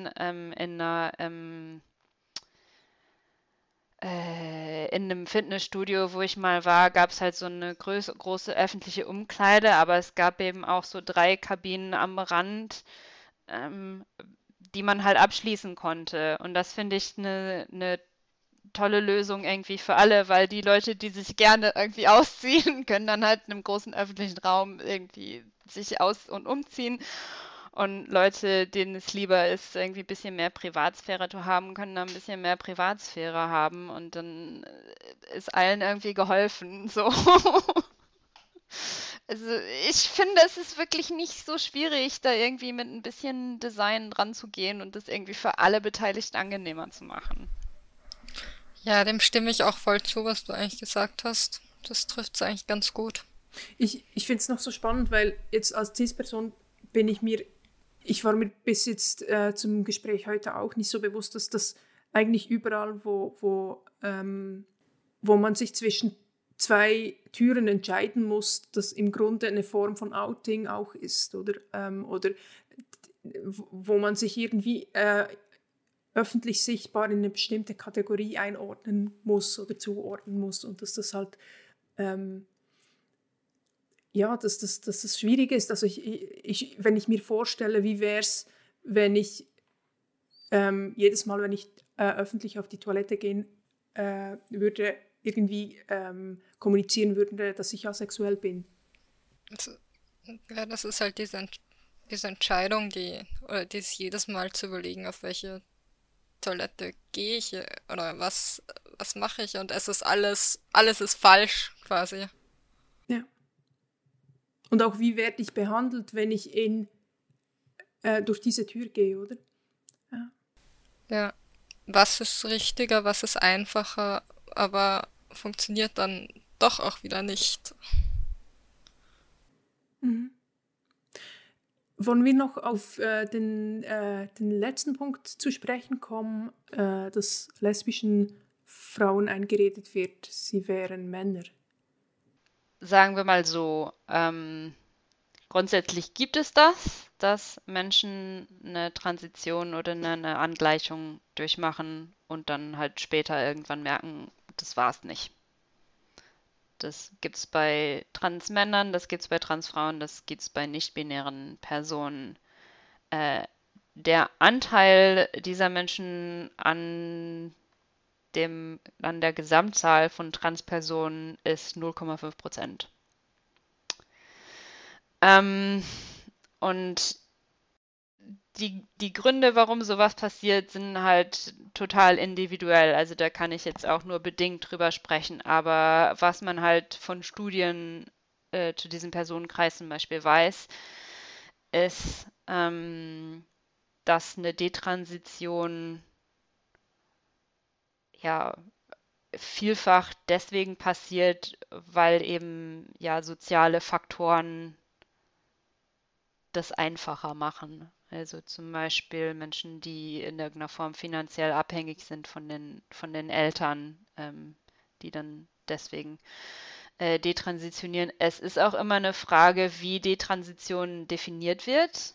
in einem Fitnessstudio, wo ich mal war, gab es halt so eine große öffentliche Umkleide, aber es gab eben auch so 3 Kabinen am Rand, die man halt abschließen konnte. Und das finde ich eine tolle Lösung irgendwie für alle, weil die Leute, die sich gerne irgendwie ausziehen, können dann halt in einem großen öffentlichen Raum irgendwie sich aus- und umziehen. Und Leute, denen es lieber ist, irgendwie ein bisschen mehr Privatsphäre zu haben, können dann ein bisschen mehr Privatsphäre haben und dann ist allen irgendwie geholfen. So. Also ich finde, es ist wirklich nicht so schwierig, da irgendwie mit ein bisschen Design dran zu gehen und das irgendwie für alle Beteiligten angenehmer zu machen. Ja, dem stimme ich auch voll zu, was du eigentlich gesagt hast. Das trifft es eigentlich ganz gut. Ich finde es noch so spannend, weil jetzt als CIS-Person ich war mir bis jetzt zum Gespräch heute auch nicht so bewusst, dass das eigentlich überall, wo man sich zwischen zwei Türen entscheiden muss, das im Grunde eine Form von Outing auch ist, oder wo man sich irgendwie öffentlich sichtbar in eine bestimmte Kategorie einordnen muss oder zuordnen muss und dass das halt dass das schwierig ist. Also wenn ich mir vorstelle, wie wäre es, wenn ich jedes Mal, wenn ich öffentlich auf die Toilette gehen würde, irgendwie kommunizieren würde, dass ich asexuell bin. Ja, das ist halt diese Entscheidung, dies jedes Mal zu überlegen, auf welche Toilette gehe ich oder was mache ich, und es ist alles ist falsch quasi. Ja. Und auch, wie werde ich behandelt, wenn ich durch diese Tür gehe, oder? Ja. Was ist richtiger, was ist einfacher, aber funktioniert dann doch auch wieder nicht. Mhm. Wollen wir noch auf den letzten Punkt zu sprechen kommen, dass lesbischen Frauen eingeredet wird, sie wären Männer? Sagen wir mal so, grundsätzlich gibt es das, dass Menschen eine Transition oder eine Angleichung durchmachen und dann halt später irgendwann merken, das war's nicht. Das gibt's bei Transmännern, das gibt's bei Transfrauen, das gibt's bei nicht-binären Personen. Der Anteil dieser Menschen an der Gesamtzahl von Transpersonen ist 0,5%. Und die Gründe, warum sowas passiert, sind halt total individuell. Also da kann ich jetzt auch nur bedingt drüber sprechen. Aber was man halt von Studien zu diesem Personenkreis zum Beispiel weiß, ist, dass eine Detransition ja vielfach deswegen passiert, weil eben ja soziale Faktoren das einfacher machen. Also zum Beispiel Menschen, die in irgendeiner Form finanziell abhängig sind von den Eltern, die dann deswegen detransitionieren. Es ist auch immer eine Frage, wie Detransition definiert wird.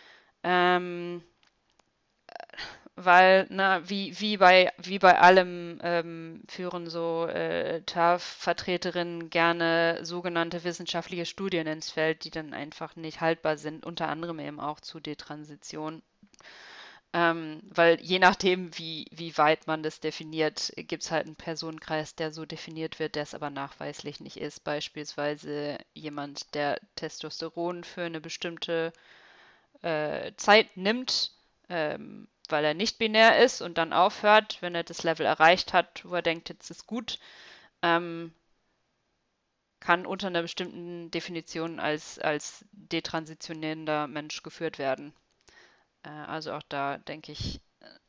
Weil, wie bei allem führen so TAF-Vertreterinnen gerne sogenannte wissenschaftliche Studien ins Feld, die dann einfach nicht haltbar sind, unter anderem eben auch zu Detransition. Weil je nachdem, wie weit man das definiert, gibt es halt einen Personenkreis, der so definiert wird, der es aber nachweislich nicht ist. Beispielsweise jemand, der Testosteron für eine bestimmte Zeit nimmt, weil er nicht binär ist und dann aufhört, wenn er das Level erreicht hat, wo er denkt, jetzt ist gut, kann unter einer bestimmten Definition als detransitionierender Mensch geführt werden. Also auch da denke ich,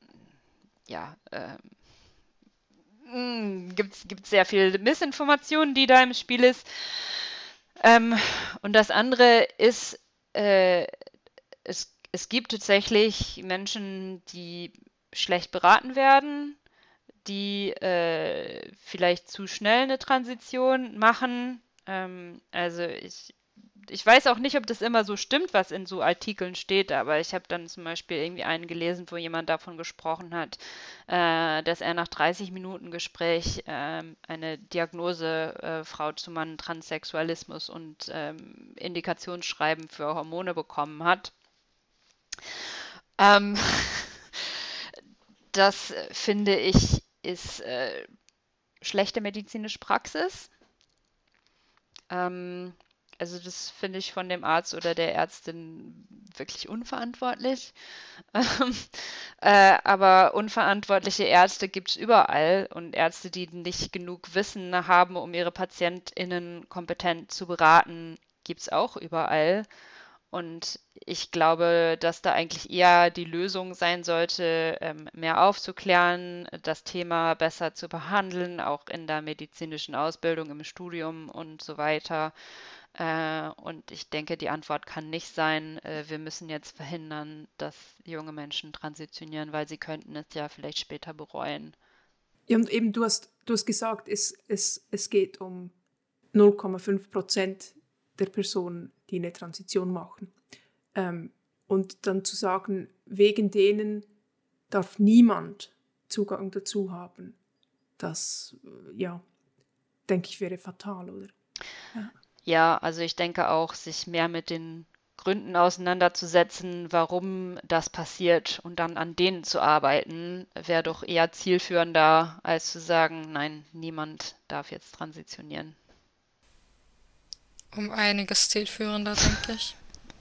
gibt sehr viel Missinformation, die da im Spiel ist. Und das andere ist, es gibt tatsächlich Menschen, die schlecht beraten werden, die vielleicht zu schnell eine Transition machen. Also ich weiß auch nicht, ob das immer so stimmt, was in so Artikeln steht, aber ich habe dann zum Beispiel irgendwie einen gelesen, wo jemand davon gesprochen hat, dass er nach 30 Minuten Gespräch eine Diagnose Frau zu Mann Transsexualismus und Indikationsschreiben für Hormone bekommen hat. Das finde ich ist schlechte medizinische Praxis. Also das finde ich von dem Arzt oder der Ärztin wirklich unverantwortlich. Aber unverantwortliche Ärzte gibt es überall und Ärzte, die nicht genug Wissen haben, um ihre PatientInnen kompetent zu beraten, gibt es auch überall. Und ich glaube, dass da eigentlich eher die Lösung sein sollte, mehr aufzuklären, das Thema besser zu behandeln, auch in der medizinischen Ausbildung, im Studium und so weiter. Und ich denke, die Antwort kann nicht sein, wir müssen jetzt verhindern, dass junge Menschen transitionieren, weil sie könnten es ja vielleicht später bereuen. Ja, und eben du hast gesagt, es geht um 0,5% der Personen, die eine Transition machen. Und dann zu sagen, wegen denen darf niemand Zugang dazu haben, das, denke ich, wäre fatal, oder? Ja, also ich denke auch, sich mehr mit den Gründen auseinanderzusetzen, warum das passiert und dann an denen zu arbeiten, wäre doch eher zielführender, als zu sagen, nein, niemand darf jetzt transitionieren. Um einiges zielführender, denke ich.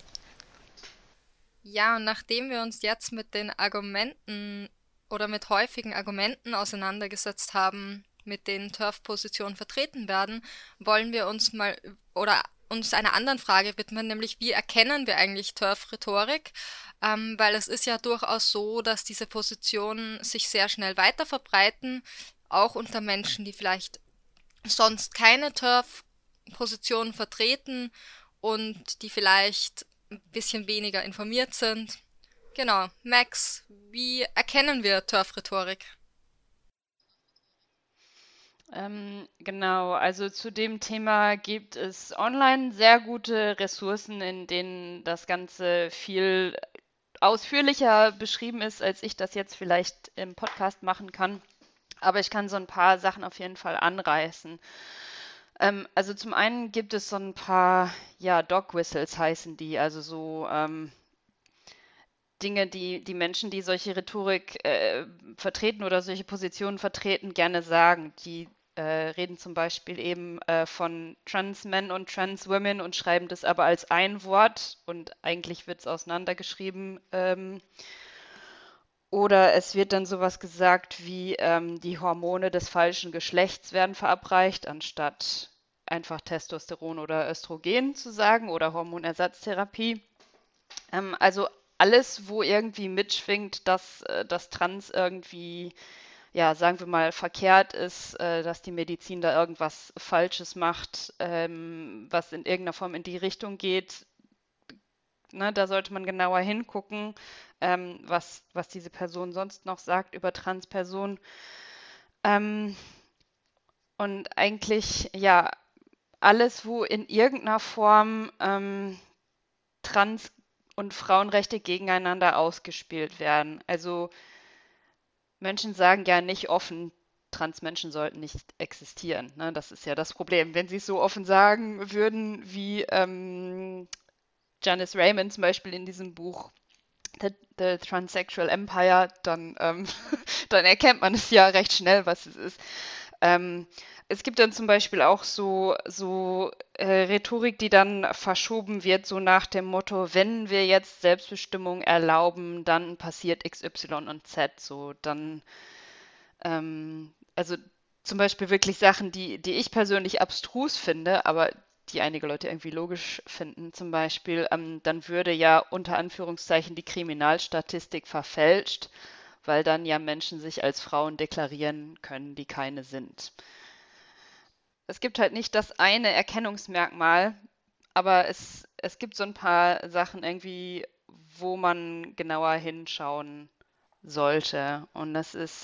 Ja, und nachdem wir uns jetzt mit den Argumenten oder mit häufigen Argumenten auseinandergesetzt haben, mit denen TERF-Positionen vertreten werden, wollen wir uns uns einer anderen Frage widmen, nämlich wie erkennen wir eigentlich TERF-Rhetorik? Weil es ist ja durchaus so, dass diese Positionen sich sehr schnell weiter verbreiten, auch unter Menschen, die vielleicht sonst keine TERF-Positionen vertreten und die vielleicht ein bisschen weniger informiert sind. Genau, Max, wie erkennen wir TERF-Rhetorik? Genau, also zu dem Thema gibt es online sehr gute Ressourcen, in denen das Ganze viel ausführlicher beschrieben ist, als ich das jetzt vielleicht im Podcast machen kann. Aber ich kann so ein paar Sachen auf jeden Fall anreißen. Also zum einen gibt es so ein paar, ja, Dog Whistles heißen die, also so Dinge, die Menschen, die solche Rhetorik vertreten oder solche Positionen vertreten, gerne sagen. Die reden zum Beispiel eben von Trans Men und Trans Women und schreiben das aber als ein Wort und eigentlich wird es auseinandergeschrieben. Oder es wird dann sowas gesagt wie die Hormone des falschen Geschlechts werden verabreicht, anstatt einfach Testosteron oder Östrogen zu sagen oder Hormonersatztherapie. Also alles, wo irgendwie mitschwingt, dass das Trans irgendwie, ja, sagen wir mal, verkehrt ist, dass die Medizin da irgendwas Falsches macht, was in irgendeiner Form in die Richtung geht, ne, da sollte man genauer hingucken, was diese Person sonst noch sagt über Transpersonen. Und eigentlich, ja, alles, wo in irgendeiner Form Trans- und Frauenrechte gegeneinander ausgespielt werden. Also Menschen sagen ja nicht offen, Transmenschen sollten nicht existieren. Ne? Das ist ja das Problem. Wenn sie es so offen sagen würden, wie Janice Raymond zum Beispiel in diesem Buch The Transsexual Empire, dann, dann erkennt man es ja recht schnell, was es ist. Es gibt dann zum Beispiel auch so Rhetorik, die dann verschoben wird, so nach dem Motto, wenn wir jetzt Selbstbestimmung erlauben, dann passiert X, Y und Z. So, dann, also zum Beispiel wirklich Sachen, die ich persönlich abstrus finde, aber die einige Leute irgendwie logisch finden. Zum Beispiel, dann würde ja unter Anführungszeichen die Kriminalstatistik verfälscht, weil dann ja Menschen sich als Frauen deklarieren können, die keine sind. Es gibt halt nicht das eine Erkennungsmerkmal, aber es gibt so ein paar Sachen irgendwie, wo man genauer hinschauen sollte. Und das ist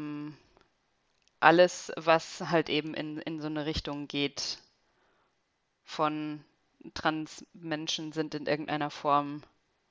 alles, was halt eben in so eine Richtung geht von Transmenschen sind in irgendeiner Form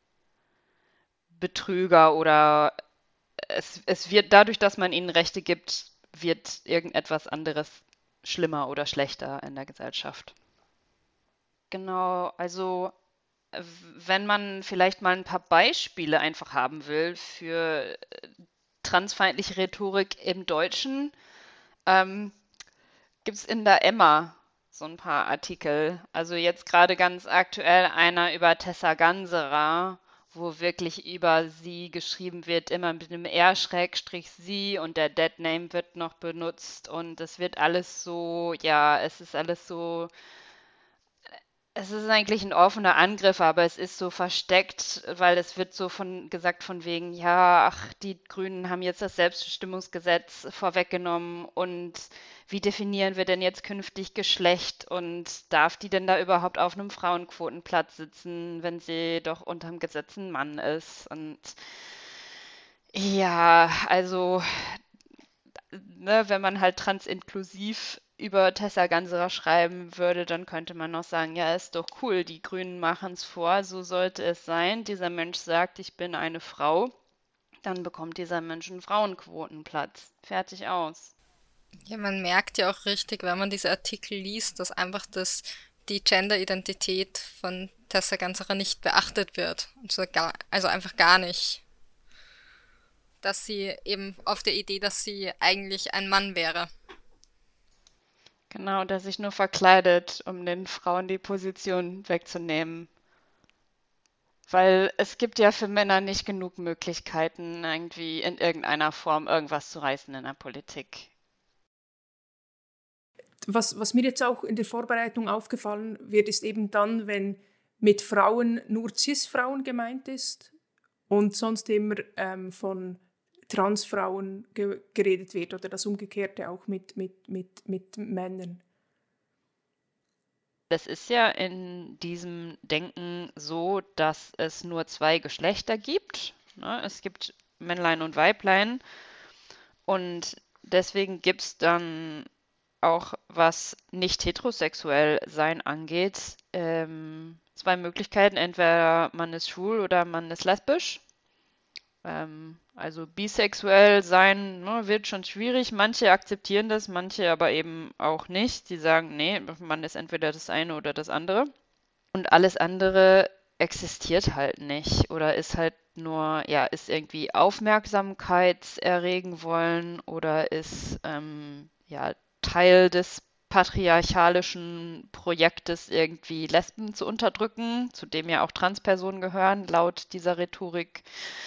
Betrüger oder es wird dadurch, dass man ihnen Rechte gibt, wird irgendetwas anderes schlimmer oder schlechter in der Gesellschaft. Genau, also wenn man vielleicht mal ein paar Beispiele einfach haben will für transfeindliche Rhetorik im Deutschen, gibt es in der Emma so ein paar Artikel. Also jetzt gerade ganz aktuell einer über Tessa Ganserer, wo wirklich über sie geschrieben wird, immer mit einem R-sie und der Deadname wird noch benutzt und es wird alles so, ja, es ist alles so Es ist eigentlich ein offener Angriff, aber es ist so versteckt, weil es wird so gesagt von wegen, ja, ach, die Grünen haben jetzt das Selbstbestimmungsgesetz vorweggenommen und wie definieren wir denn jetzt künftig Geschlecht und darf die denn da überhaupt auf einem Frauenquotenplatz sitzen, wenn sie doch unterm Gesetz ein Mann ist? Und ja, also ne, wenn man halt transinklusiv über Tessa Ganserer schreiben würde, dann könnte man noch sagen, ja, ist doch cool, die Grünen machen es vor, so sollte es sein. Dieser Mensch sagt, ich bin eine Frau, dann bekommt dieser Mensch einen Frauenquotenplatz. Fertig aus. Ja, man merkt ja auch richtig, wenn man diese Artikel liest, dass einfach die Gender-Identität von Tessa Ganserer nicht beachtet wird. Also einfach gar nicht. Dass sie eben auf der Idee, dass sie eigentlich ein Mann wäre. Genau, der sich nur verkleidet, um den Frauen die Position wegzunehmen. Weil es gibt ja für Männer nicht genug Möglichkeiten, irgendwie in irgendeiner Form irgendwas zu reißen in der Politik. Was mir jetzt auch in der Vorbereitung aufgefallen wird, ist eben dann, wenn mit Frauen nur Cis-Frauen gemeint ist und sonst immer von Transfrauen geredet wird oder das Umgekehrte auch mit Männern. Das ist ja in diesem Denken so, dass es nur zwei Geschlechter gibt. Ne? Es gibt Männlein und Weiblein. Und deswegen gibt es dann auch, was nicht heterosexuell sein angeht, zwei Möglichkeiten. Entweder man ist schwul oder man ist lesbisch. Also bisexuell sein, ne, wird schon schwierig. Manche akzeptieren das, manche aber eben auch nicht. Die sagen, nee, man ist entweder das eine oder das andere. Und alles andere existiert halt nicht oder ist halt nur, ja, ist irgendwie Aufmerksamkeit erregen wollen oder ist ja Teil des patriarchalischen Projektes, irgendwie Lesben zu unterdrücken, zu dem ja auch Transpersonen gehören, laut dieser Rhetorik.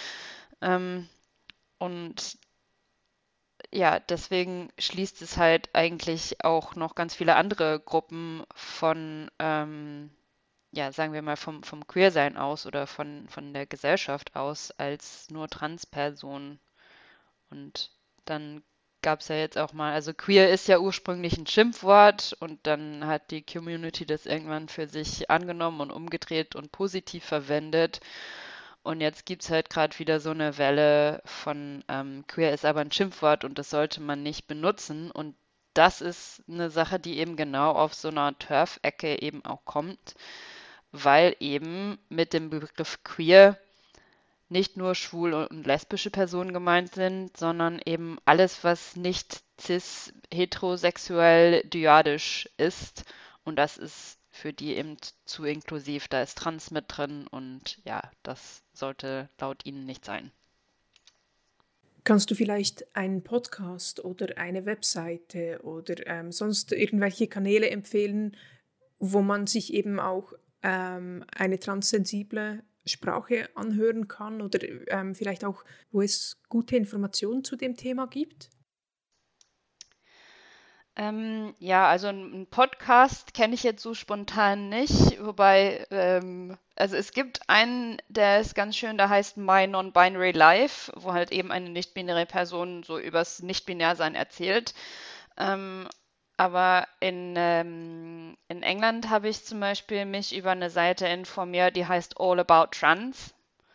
Und ja, deswegen schließt es halt eigentlich auch noch ganz viele andere Gruppen von, ja, sagen wir mal, vom Queersein aus oder von der Gesellschaft aus als nur Transpersonen. Und dann gab es ja jetzt auch mal, also queer ist ja ursprünglich ein Schimpfwort und dann hat die Community das irgendwann für sich angenommen und umgedreht und positiv verwendet. Und jetzt gibt es halt gerade wieder so eine Welle von queer ist aber ein Schimpfwort und das sollte man nicht benutzen. Und das ist eine Sache, die eben genau auf so einer Turf-Ecke eben auch kommt, weil eben mit dem Begriff queer nicht nur schwul und lesbische Personen gemeint sind, sondern eben alles, was nicht cis, heterosexuell, dyadisch ist. Und das ist für die eben zu inklusiv. Da ist Trans mit drin und ja, das sollte laut ihnen nicht sein. Kannst du vielleicht einen Podcast oder eine Webseite oder sonst irgendwelche Kanäle empfehlen, wo man sich eben auch eine transsensible Sprache anhören kann oder vielleicht auch, wo es gute Informationen zu dem Thema gibt? Ja, also einen Podcast kenne ich jetzt so spontan nicht, wobei, also es gibt einen, der ist ganz schön, der heißt My Non-Binary Life, wo halt eben eine nicht-binäre Person so übers Nicht-Binär-Sein erzählt. Aber in England habe ich zum Beispiel mich über eine Seite informiert, die heißt All About Trans.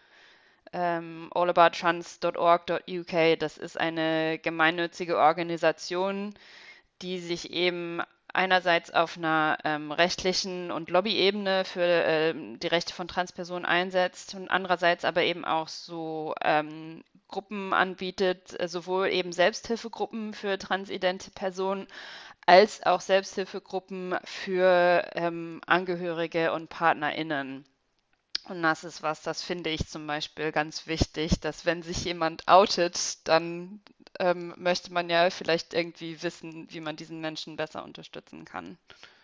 allabouttrans.org.uk, das ist eine gemeinnützige Organisation, die sich eben einerseits auf einer rechtlichen und Lobbyebene für die Rechte von Transpersonen einsetzt und andererseits aber eben auch so Gruppen anbietet, sowohl eben Selbsthilfegruppen für transidente Personen als auch Selbsthilfegruppen für Angehörige und PartnerInnen. Und das ist was, das finde ich zum Beispiel ganz wichtig, dass wenn sich jemand outet, dann möchte man ja vielleicht irgendwie wissen, wie man diesen Menschen besser unterstützen kann.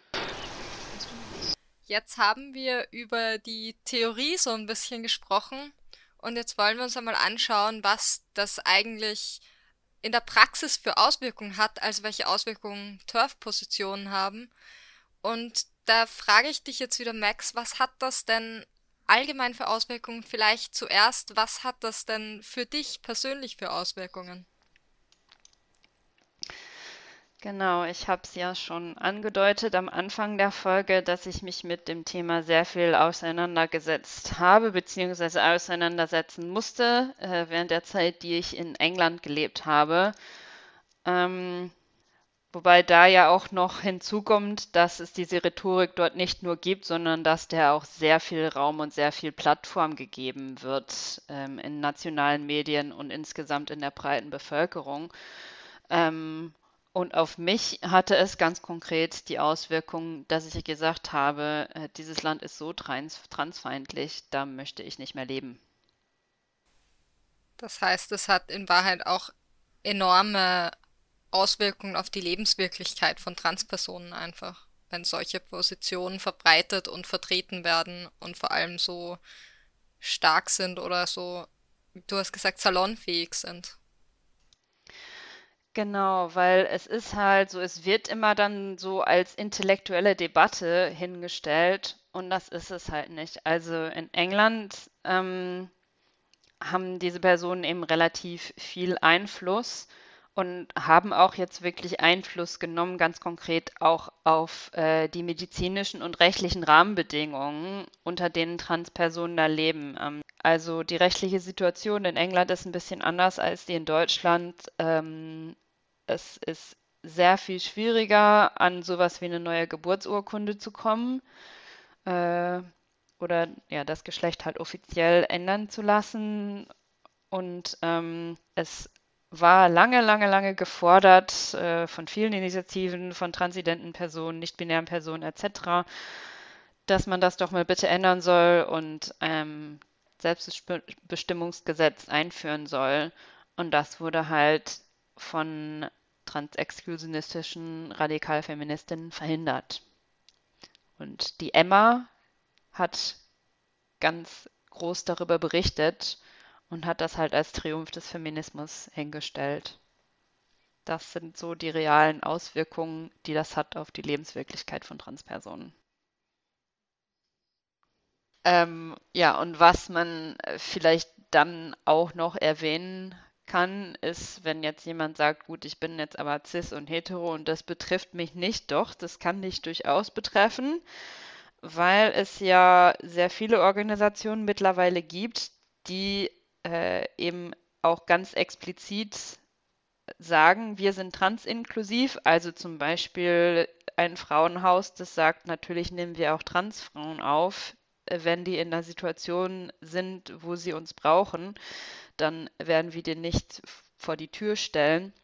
Jetzt haben wir über die Theorie so ein bisschen gesprochen und jetzt wollen wir uns einmal anschauen, was das eigentlich in der Praxis für Auswirkungen hat, also welche Auswirkungen TERF-Positionen haben. Und da frage ich dich jetzt wieder, Max, was hat das denn allgemein für Auswirkungen? Vielleicht zuerst, was hat das denn für dich persönlich für Auswirkungen? Genau, ich habe es ja schon angedeutet am Anfang der Folge, dass ich mich mit dem Thema sehr viel auseinandergesetzt habe, beziehungsweise auseinandersetzen musste, während der Zeit, die ich in England gelebt habe. Ähm, Wobei da ja auch noch hinzukommt, dass es diese Rhetorik dort nicht nur gibt, sondern dass der auch sehr viel Raum und sehr viel Plattform gegeben wird, in nationalen Medien und insgesamt in der breiten Bevölkerung. Ähm, und auf mich hatte es ganz konkret die Auswirkung, dass ich gesagt habe, dieses Land ist so transfeindlich, da möchte ich nicht mehr leben. Das heißt, es hat in Wahrheit auch enorme Auswirkungen auf die Lebenswirklichkeit von Transpersonen einfach, wenn solche Positionen verbreitet und vertreten werden und vor allem so stark sind oder so, du hast gesagt, salonfähig sind. Genau, weil es ist halt so, es wird immer dann so als intellektuelle Debatte hingestellt und das ist es halt nicht. Also in England haben diese Personen eben relativ viel Einfluss und haben auch jetzt wirklich Einfluss genommen, ganz konkret auch auf die medizinischen und rechtlichen Rahmenbedingungen, unter denen Transpersonen da leben. Also die rechtliche Situation in England ist ein bisschen anders als die in Deutschland. Es ist sehr viel schwieriger, an sowas wie eine neue Geburtsurkunde zu kommen, äh, oder ja, das Geschlecht halt offiziell ändern zu lassen. Und es war lange, lange, lange gefordert von vielen Initiativen, von transidenten Personen, nicht-binären Personen etc., dass man das doch mal bitte ändern soll und Selbstbestimmungsgesetz einführen soll. Und das wurde halt von transexklusionistischen Radikalfeministinnen verhindert. Und die Emma hat ganz groß darüber berichtet und hat das halt als Triumph des Feminismus hingestellt. Das sind so die realen Auswirkungen, die das hat auf die Lebenswirklichkeit von Transpersonen. Ja, und was man vielleicht dann auch noch erwähnen kann, ist, wenn jetzt jemand sagt, gut, ich bin jetzt aber cis und hetero und das betrifft mich nicht, doch, das kann dich durchaus betreffen, weil es ja sehr viele Organisationen mittlerweile gibt, die eben auch ganz explizit sagen, wir sind transinklusiv, also zum Beispiel ein Frauenhaus, das sagt, natürlich nehmen wir auch Transfrauen auf, wenn die in einer Situation sind, wo sie uns brauchen, dann werden wir die nicht vor die Tür stellen.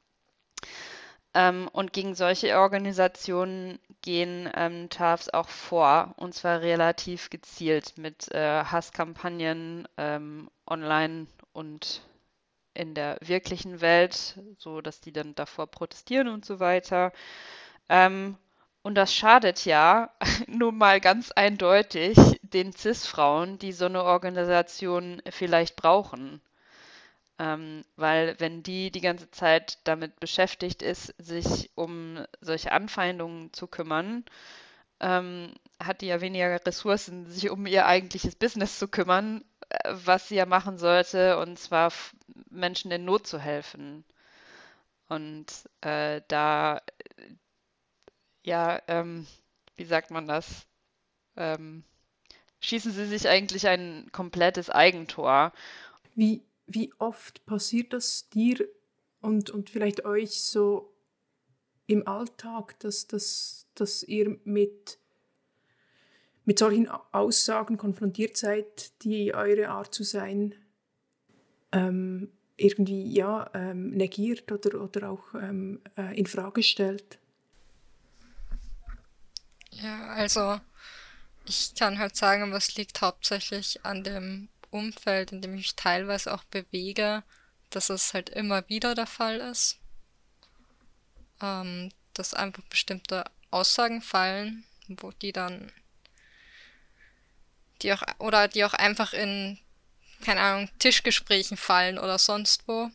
Und gegen solche Organisationen gehen TARFs auch vor, und zwar relativ gezielt mit Hasskampagnen online und in der wirklichen Welt, so dass die dann davor protestieren und so weiter. Und das schadet ja nun mal ganz eindeutig den CIS-Frauen, die so eine Organisation vielleicht brauchen. Weil wenn die ganze Zeit damit beschäftigt ist, sich um solche Anfeindungen zu kümmern, hat die ja weniger Ressourcen, sich um ihr eigentliches Business zu kümmern, was sie ja machen sollte, und zwar Menschen in Not zu helfen. Und da, ja, wie sagt man das? Ähm, Schießen sie sich eigentlich ein komplettes Eigentor. Wie oft passiert das dir und vielleicht euch so im Alltag, dass ihr mit solchen Aussagen konfrontiert seid, die eure Art zu sein irgendwie negiert oder auch in Frage stellt? Ja, also ich kann halt sagen, aber es liegt hauptsächlich an dem Umfeld, in dem ich mich teilweise auch bewege, dass es halt immer wieder der Fall ist, dass einfach bestimmte Aussagen fallen, wo die auch einfach in, keine Ahnung, Tischgesprächen fallen oder sonst wo.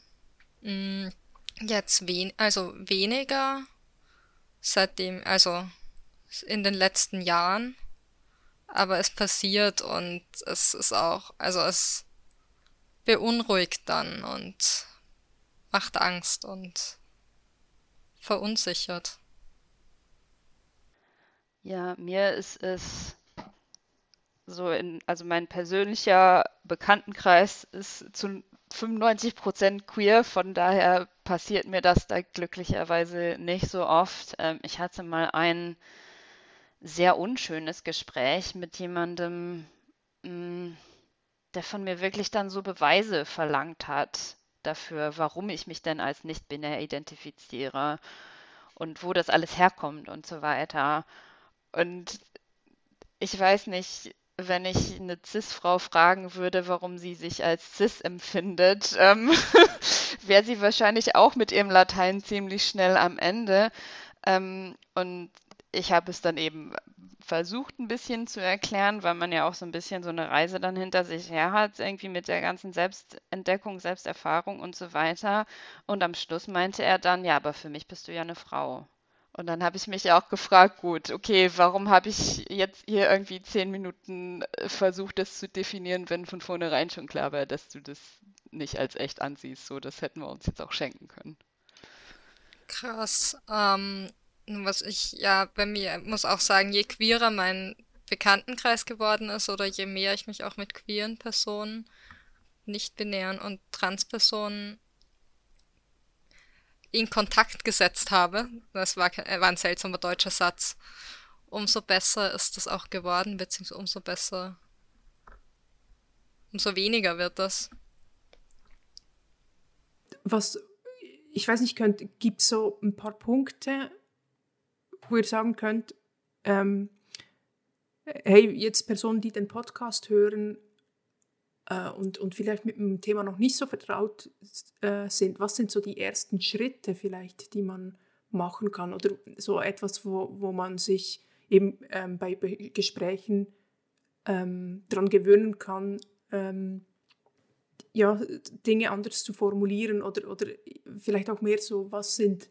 Jetzt also weniger, seitdem, also in den letzten Jahren, aber es passiert und es ist auch, also es beunruhigt dann und macht Angst und verunsichert. Ja, mir ist es so also mein persönlicher Bekanntenkreis ist zu 95% queer, von daher passiert mir das da glücklicherweise nicht so oft. Ich hatte mal ein sehr unschönes Gespräch mit jemandem, mm, der von mir wirklich dann so Beweise verlangt hat dafür, warum ich mich denn als nicht-binär identifiziere und wo das alles herkommt und so weiter. Und ich weiß nicht, wenn ich eine Cis-Frau fragen würde, warum sie sich als cis empfindet, wäre sie wahrscheinlich auch mit ihrem Latein ziemlich schnell am Ende. Und ich habe es dann eben versucht, ein bisschen zu erklären, weil man ja auch so ein bisschen so eine Reise dann hinter sich her hat, irgendwie mit der ganzen Selbstentdeckung, Selbsterfahrung und so weiter. Und am Schluss meinte er dann, ja, aber für mich bist du ja eine Frau. Und dann habe ich mich auch gefragt, gut, okay, warum habe ich jetzt hier irgendwie 10 Minuten versucht, das zu definieren, wenn von vornherein schon klar war, dass du das nicht als echt ansiehst. So, das hätten wir uns jetzt auch schenken können. Krass. Was ich ja bei mir muss auch sagen, je queerer mein Bekanntenkreis geworden ist oder je mehr ich mich auch mit queeren Personen, nicht-binären und Transpersonen in Kontakt gesetzt habe, das war ein seltsamer deutscher Satz, umso besser ist das auch geworden, beziehungsweise umso weniger wird das. Was, ich weiß nicht, gibt es so ein paar Punkte, wo ihr sagen könnt, hey, jetzt Personen, die den Podcast hören und vielleicht mit dem Thema noch nicht so vertraut sind, was sind so die ersten Schritte vielleicht, die man machen kann? Oder so etwas, wo man sich eben bei Gesprächen daran gewöhnen kann, ja, Dinge anders zu formulieren oder vielleicht auch mehr so, was sind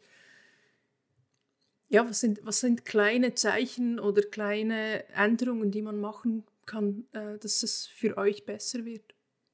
kleine Zeichen oder kleine Änderungen, die man machen kann, dass es für euch besser wird?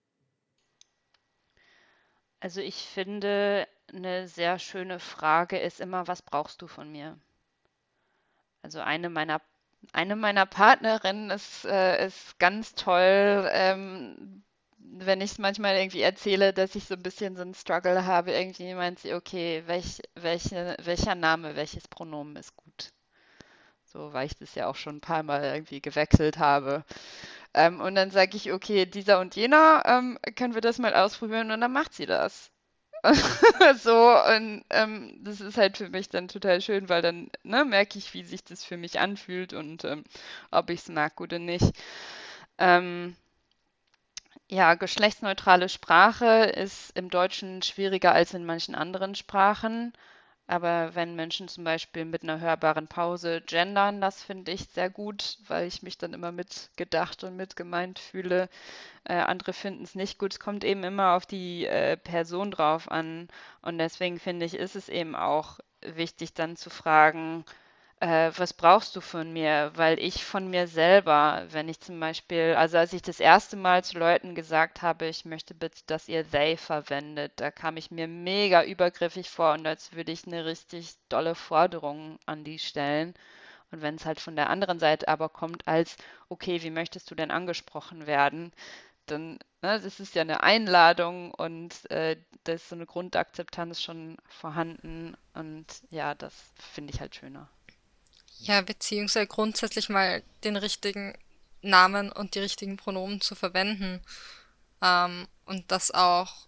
Also ich finde, eine sehr schöne Frage ist immer, was brauchst du von mir? Also eine meiner Partnerinnen ist ganz toll, wenn ich manchmal irgendwie erzähle, dass ich so ein bisschen so einen Struggle habe, irgendwie meint sie, okay, welcher Name, welches Pronomen ist gut? So, weil ich das ja auch schon ein paar Mal irgendwie gewechselt habe. Und dann sage ich, okay, dieser und jener, können wir das mal ausprobieren und dann macht sie das. So, und das ist halt für mich dann total schön, weil dann merke ich, wie sich das für mich anfühlt und ob ich es mag oder nicht. Ähm, ja, geschlechtsneutrale Sprache ist im Deutschen schwieriger als in manchen anderen Sprachen. Aber wenn Menschen zum Beispiel mit einer hörbaren Pause gendern, das finde ich sehr gut, weil ich mich dann immer mitgedacht und mitgemeint fühle. Andere finden es nicht gut. Es kommt eben immer auf die Person drauf an. Und deswegen finde ich, ist es eben auch wichtig, dann zu fragen, was brauchst du von mir? Weil ich von mir selber, wenn ich zum Beispiel, also als ich das erste Mal zu Leuten gesagt habe, ich möchte bitte, dass ihr they verwendet, da kam ich mir mega übergriffig vor und als würde ich eine richtig dolle Forderung an die stellen. Und wenn es halt von der anderen Seite aber kommt als, okay, wie möchtest du denn angesprochen werden? Dann, das ist ja eine Einladung und da ist so eine Grundakzeptanz schon vorhanden und ja, das finde ich halt schöner. Ja, beziehungsweise grundsätzlich mal den richtigen Namen und die richtigen Pronomen zu verwenden, und das auch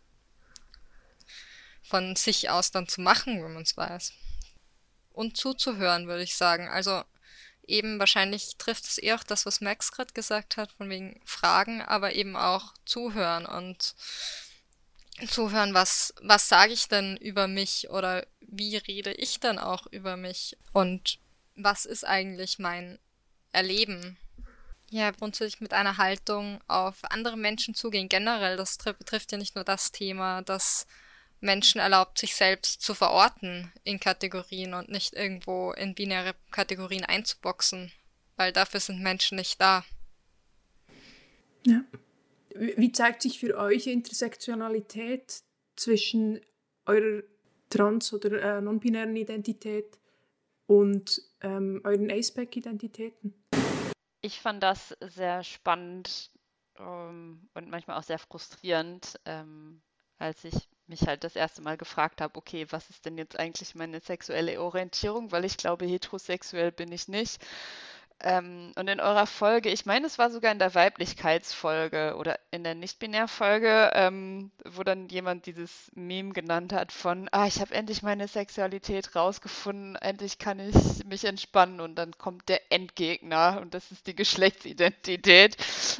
von sich aus dann zu machen, wenn man es weiß. Und zuzuhören, würde ich sagen. Also eben wahrscheinlich trifft es eher auch das, was Max gerade gesagt hat, von wegen Fragen, aber eben auch zuhören und zuhören, was sage ich denn über mich oder wie rede ich dann auch über mich und was ist eigentlich mein Erleben? Ja, grundsätzlich mit einer Haltung auf andere Menschen zugehen. Generell, das betrifft ja nicht nur das Thema, dass Menschen erlaubt, sich selbst zu verorten in Kategorien und nicht irgendwo in binäre Kategorien einzuboxen, weil dafür sind Menschen nicht da. Ja. Wie zeigt sich für euch Intersektionalität zwischen eurer trans- oder non-binären Identität und euren ASPEC-Identitäten? Ich fand das sehr spannend und manchmal auch sehr frustrierend, als ich mich halt das erste Mal gefragt habe, okay, was ist denn jetzt eigentlich meine sexuelle Orientierung? Weil ich glaube, heterosexuell bin ich nicht. Und in eurer Folge, ich meine, es war sogar in der Weiblichkeitsfolge oder in der Nicht-Binär-Folge, wo dann jemand dieses Meme genannt hat von, ich habe endlich meine Sexualität rausgefunden, endlich kann ich mich entspannen und dann kommt der Endgegner und das ist die Geschlechtsidentität.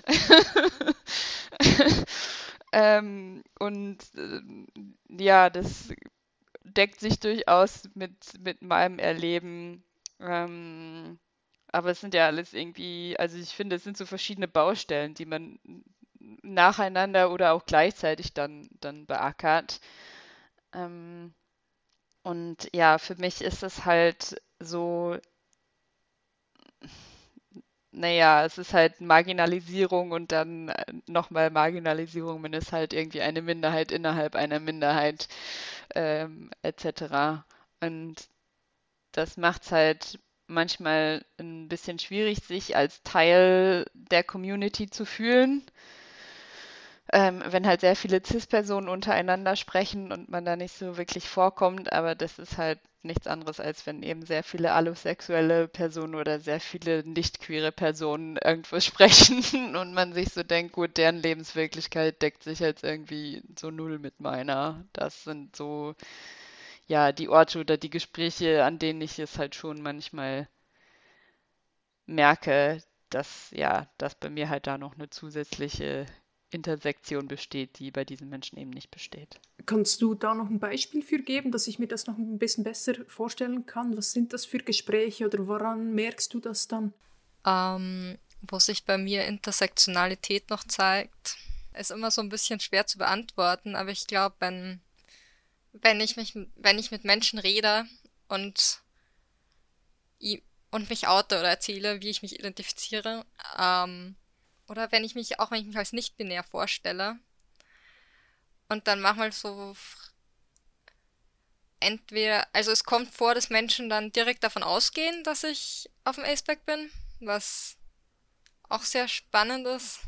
Und ja, das deckt sich durchaus mit meinem Erleben. Aber es sind ja alles irgendwie, also ich finde, es sind so verschiedene Baustellen, die man nacheinander oder auch gleichzeitig dann beackert. Und ja, für mich ist es halt so, naja, es ist halt Marginalisierung und dann nochmal Marginalisierung, wenn es halt irgendwie eine Minderheit innerhalb einer Minderheit etc. Und das macht es halt manchmal ein bisschen schwierig, sich als Teil der Community zu fühlen, wenn halt sehr viele Cis-Personen untereinander sprechen und man da nicht so wirklich vorkommt, aber das ist halt nichts anderes, als wenn eben sehr viele allosexuelle Personen oder sehr viele nicht-queere Personen irgendwo sprechen und man sich so denkt, gut, deren Lebenswirklichkeit deckt sich jetzt irgendwie so null mit meiner. Das sind so, ja, die Orte oder die Gespräche, an denen ich es halt schon manchmal merke, dass bei mir halt da noch eine zusätzliche Intersektion besteht, die bei diesen Menschen eben nicht besteht. Kannst du da noch ein Beispiel für geben, dass ich mir das noch ein bisschen besser vorstellen kann? Was sind das für Gespräche oder woran merkst du das dann? Wo sich bei mir Intersektionalität noch zeigt, ist immer so ein bisschen schwer zu beantworten, aber ich glaube, wenn ich mit Menschen rede und mich oute oder erzähle, wie ich mich identifiziere, oder wenn ich mich als nicht-binär vorstelle und dann manchmal so also es kommt vor, dass Menschen dann direkt davon ausgehen, dass ich auf dem ASPEC bin, was auch sehr spannend ist.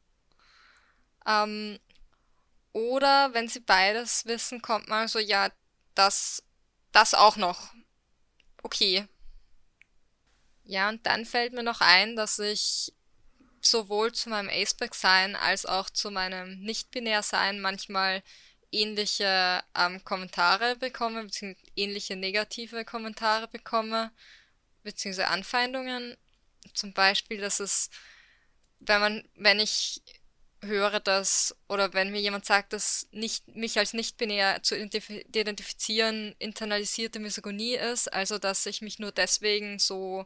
Oder wenn sie beides wissen, kommt mal so, ja, das auch noch. Okay. Ja, und dann fällt mir noch ein, dass ich sowohl zu meinem ASPEC-Sein als auch zu meinem Nicht-Binär-Sein manchmal ähnliche Kommentare bekomme, beziehungsweise ähnliche negative Kommentare bekomme, beziehungsweise Anfeindungen. Zum Beispiel, dass es, wenn ich höre, oder wenn mir jemand sagt, dass mich als nicht-binär zu identifizieren internalisierte Misogynie ist, also dass ich mich nur deswegen so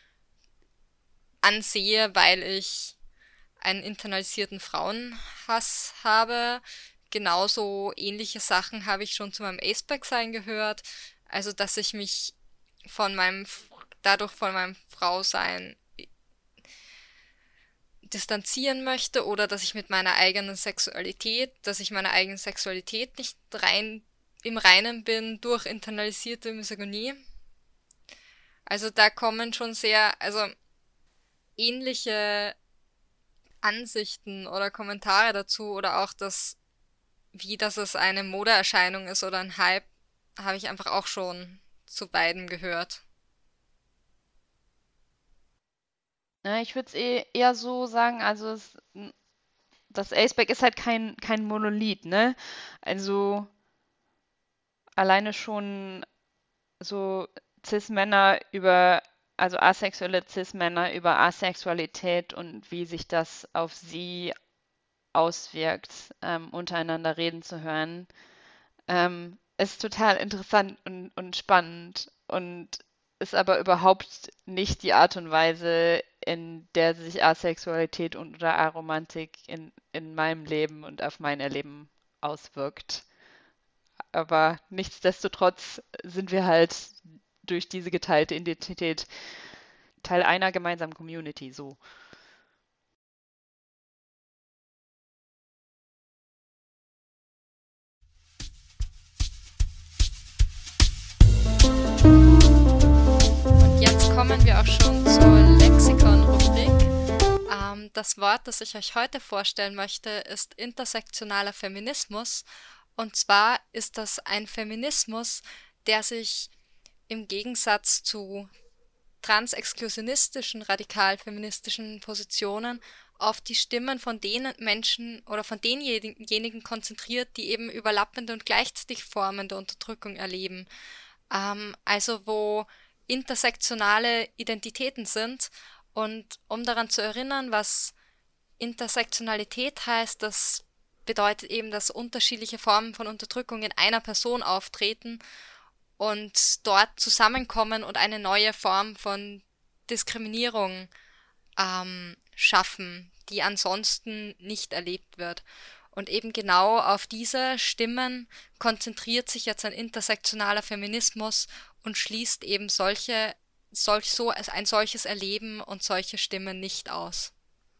ansehe, weil ich einen internalisierten Frauenhass habe. Genauso ähnliche Sachen habe ich schon zu meinem ASPEC-Sein gehört. Also, dass ich mich dadurch von meinem Frausein distanzieren möchte oder dass ich meiner eigenen Sexualität nicht im Reinen bin durch internalisierte Misogynie. Also da kommen schon also ähnliche Ansichten oder Kommentare dazu oder auch dass es eine Modeerscheinung ist oder ein Hype, habe ich einfach auch schon zu beidem gehört. Ja, ich würde es eher so sagen, also das ASPEC ist halt kein Monolith, ne? Also alleine schon so Cis-Männer also asexuelle Cis-Männer über Asexualität und wie sich das auf sie auswirkt, untereinander reden zu hören, ist total interessant und spannend und ist aber überhaupt nicht die Art und Weise, in der sich Asexualität oder Aromantik in meinem Leben und auf mein Erleben auswirkt. aber nichtsdestotrotz sind wir halt durch diese geteilte Identität Teil einer gemeinsamen Community, so. Und jetzt kommen wir auch schon zur Lexikon-Rubrik. Das Wort, das ich euch heute vorstellen möchte, ist intersektionaler Feminismus. Und zwar ist das ein Feminismus, der sich im Gegensatz zu transexklusionistischen, radikal-feministischen Positionen auf die Stimmen von den Menschen oder von denjenigen konzentriert, die eben überlappende und gleichzeitig formende Unterdrückung erleben. Also wo intersektionale Identitäten sind. Und um daran zu erinnern, was Intersektionalität heißt, das bedeutet eben, dass unterschiedliche Formen von Unterdrückung in einer Person auftreten und dort zusammenkommen und eine neue Form von Diskriminierung schaffen, die ansonsten nicht erlebt wird. Und eben genau auf diese Stimmen konzentriert sich jetzt ein intersektionaler Feminismus und schließt eben ein solches Erleben und solche Stimmen nicht aus.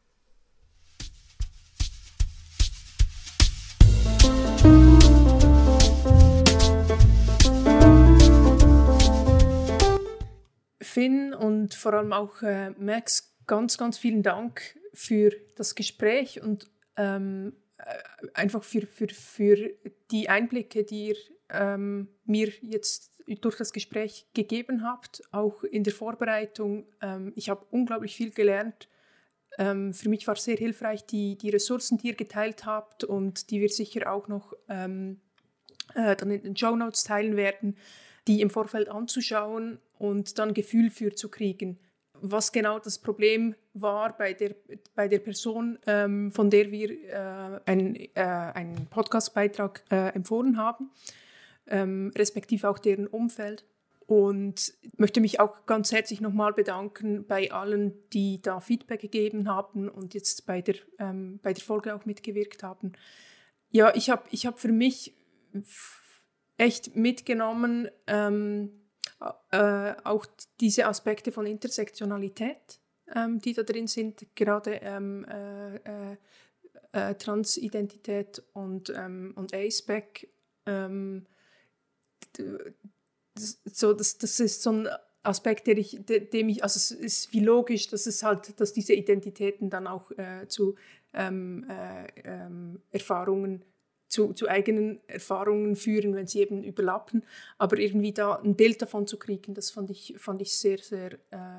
Finn und vor allem auch Max, ganz, ganz vielen Dank für das Gespräch und einfach für die Einblicke, die ihr mir jetzt durch das Gespräch gegeben habt, auch in der Vorbereitung. Ich habe unglaublich viel gelernt. Für mich war es sehr hilfreich, die Ressourcen, die ihr geteilt habt und die wir sicher auch noch dann in den Shownotes teilen werden, die im Vorfeld anzuschauen und dann Gefühl für zu kriegen, was genau das Problem war bei der Person, von der wir einen Podcastbeitrag empfohlen haben, respektive auch deren Umfeld. Und möchte mich auch ganz herzlich nochmal bedanken bei allen, die da Feedback gegeben haben und jetzt bei der Folge auch mitgewirkt haben. Ja, ich hab für mich echt mitgenommen, auch diese Aspekte von Intersektionalität, die da drin sind, gerade Transidentität und ASPEC. Das ist so ein Aspekt, also es ist wie logisch, dass diese Identitäten dann auch zu Erfahrungen, zu eigenen Erfahrungen führen, wenn sie eben überlappen. Aber irgendwie da ein Bild davon zu kriegen, das fand ich sehr, sehr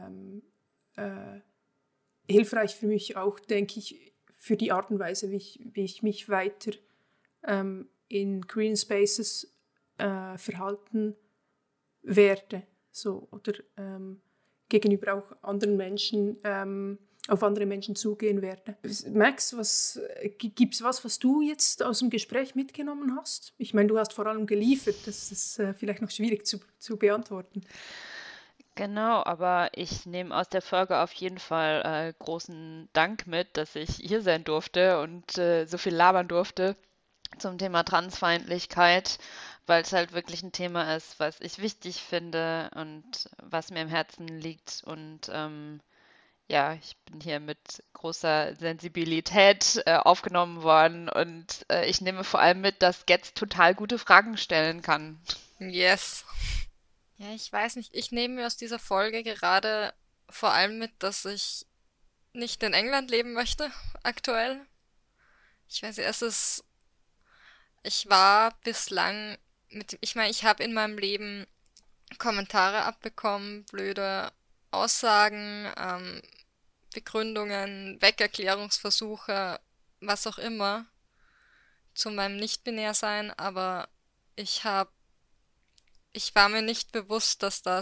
hilfreich für mich auch, denke ich, für die Art und Weise, wie ich mich weiter in Green Spaces verhalten werde. So, oder gegenüber auch anderen Menschen, auf andere Menschen zugehen werde. Max, gibt's was du jetzt aus dem Gespräch mitgenommen hast? Ich meine, du hast vor allem geliefert, das ist vielleicht noch schwierig zu beantworten. Genau, aber ich nehme aus der Folge auf jeden Fall großen Dank mit, dass ich hier sein durfte und so viel labern durfte zum Thema Transfeindlichkeit, weil es halt wirklich ein Thema ist, was ich wichtig finde und was mir im Herzen liegt. Und ja, ich bin hier mit großer Sensibilität aufgenommen worden und ich nehme vor allem mit, dass Getz total gute Fragen stellen kann. Yes. Ja, ich weiß nicht. Ich nehme mir aus dieser Folge gerade vor allem mit, dass ich nicht in England leben möchte, aktuell. Ich weiß nicht, ich war bislang ich meine, ich habe in meinem Leben Kommentare abbekommen, blöde Aussagen, Begründungen, Wegerklärungsversuche, was auch immer, zu meinem Nicht-Binär-Sein, aber ich war mir nicht bewusst,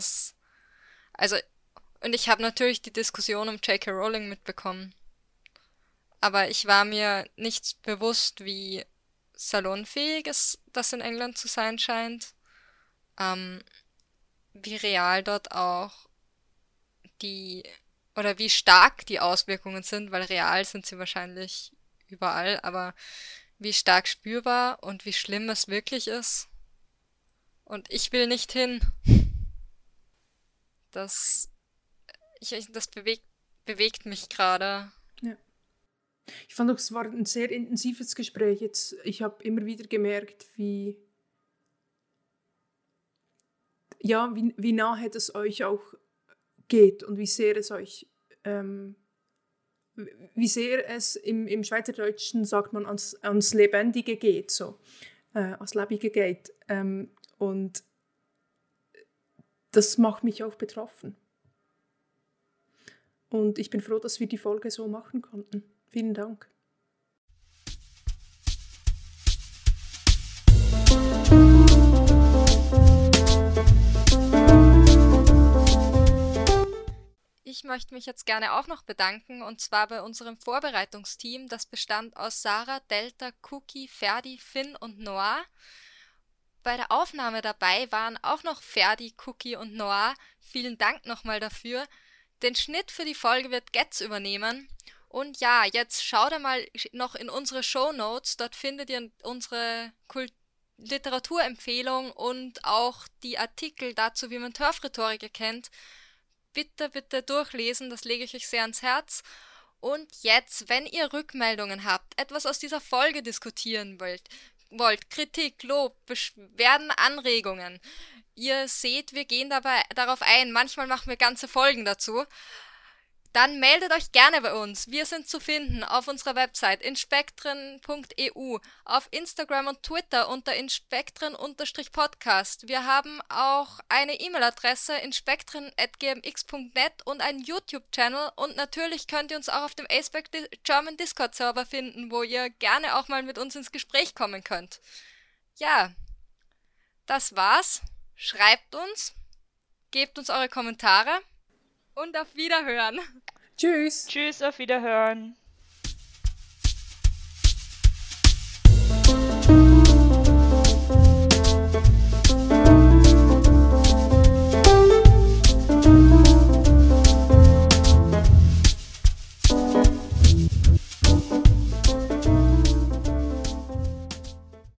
und ich habe natürlich die Diskussion um J.K. Rowling mitbekommen, aber ich war mir nicht bewusst, wie salonfähig das in England zu sein scheint, wie real dort auch oder wie stark die Auswirkungen sind, weil real sind sie wahrscheinlich überall, aber wie stark spürbar und wie schlimm es wirklich ist. Und ich will nicht hin. Das bewegt mich gerade. Ja. Ich fand auch, es war ein sehr intensives Gespräch. Ich habe immer wieder gemerkt, wie nahe das euch auch geht und wie sehr es euch, wie sehr es im Schweizerdeutschen sagt man ans Lebendige geht, so, ans Lebige geht. Und das macht mich auch betroffen. Und ich bin froh, dass wir die Folge so machen konnten. Vielen Dank. Ich möchte mich jetzt gerne auch noch bedanken, und zwar bei unserem Vorbereitungsteam. Das bestand aus Sarah, Delta, Cookie, Ferdi, Finn und Noah. Bei der Aufnahme dabei waren auch noch Ferdi, Cookie und Noah. Vielen Dank nochmal dafür. Den Schnitt für die Folge wird Getz übernehmen. Und ja, jetzt schaut einmal noch in unsere Shownotes. Dort findet ihr unsere Literaturempfehlung und auch die Artikel dazu, wie man Turf-Rhetorik erkennt. Bitte, bitte durchlesen, das lege ich euch sehr ans Herz. Und jetzt, wenn ihr Rückmeldungen habt, etwas aus dieser Folge diskutieren wollt, Kritik, Lob, Beschwerden, Anregungen. Ihr seht, wir gehen dabei darauf ein. Manchmal machen wir ganze Folgen dazu. Dann meldet euch gerne bei uns. Wir sind zu finden auf unserer Website inspektren.eu, auf Instagram und Twitter unter inspektren_podcast. Wir haben auch eine E-Mail-Adresse inspektren@gmx.net und einen YouTube-Channel, und natürlich könnt ihr uns auch auf dem Aceback German Discord-Server finden, wo ihr gerne auch mal mit uns ins Gespräch kommen könnt. Ja, das war's. Schreibt uns, gebt uns eure Kommentare. Und auf Wiederhören. Tschüss. Tschüss, auf Wiederhören.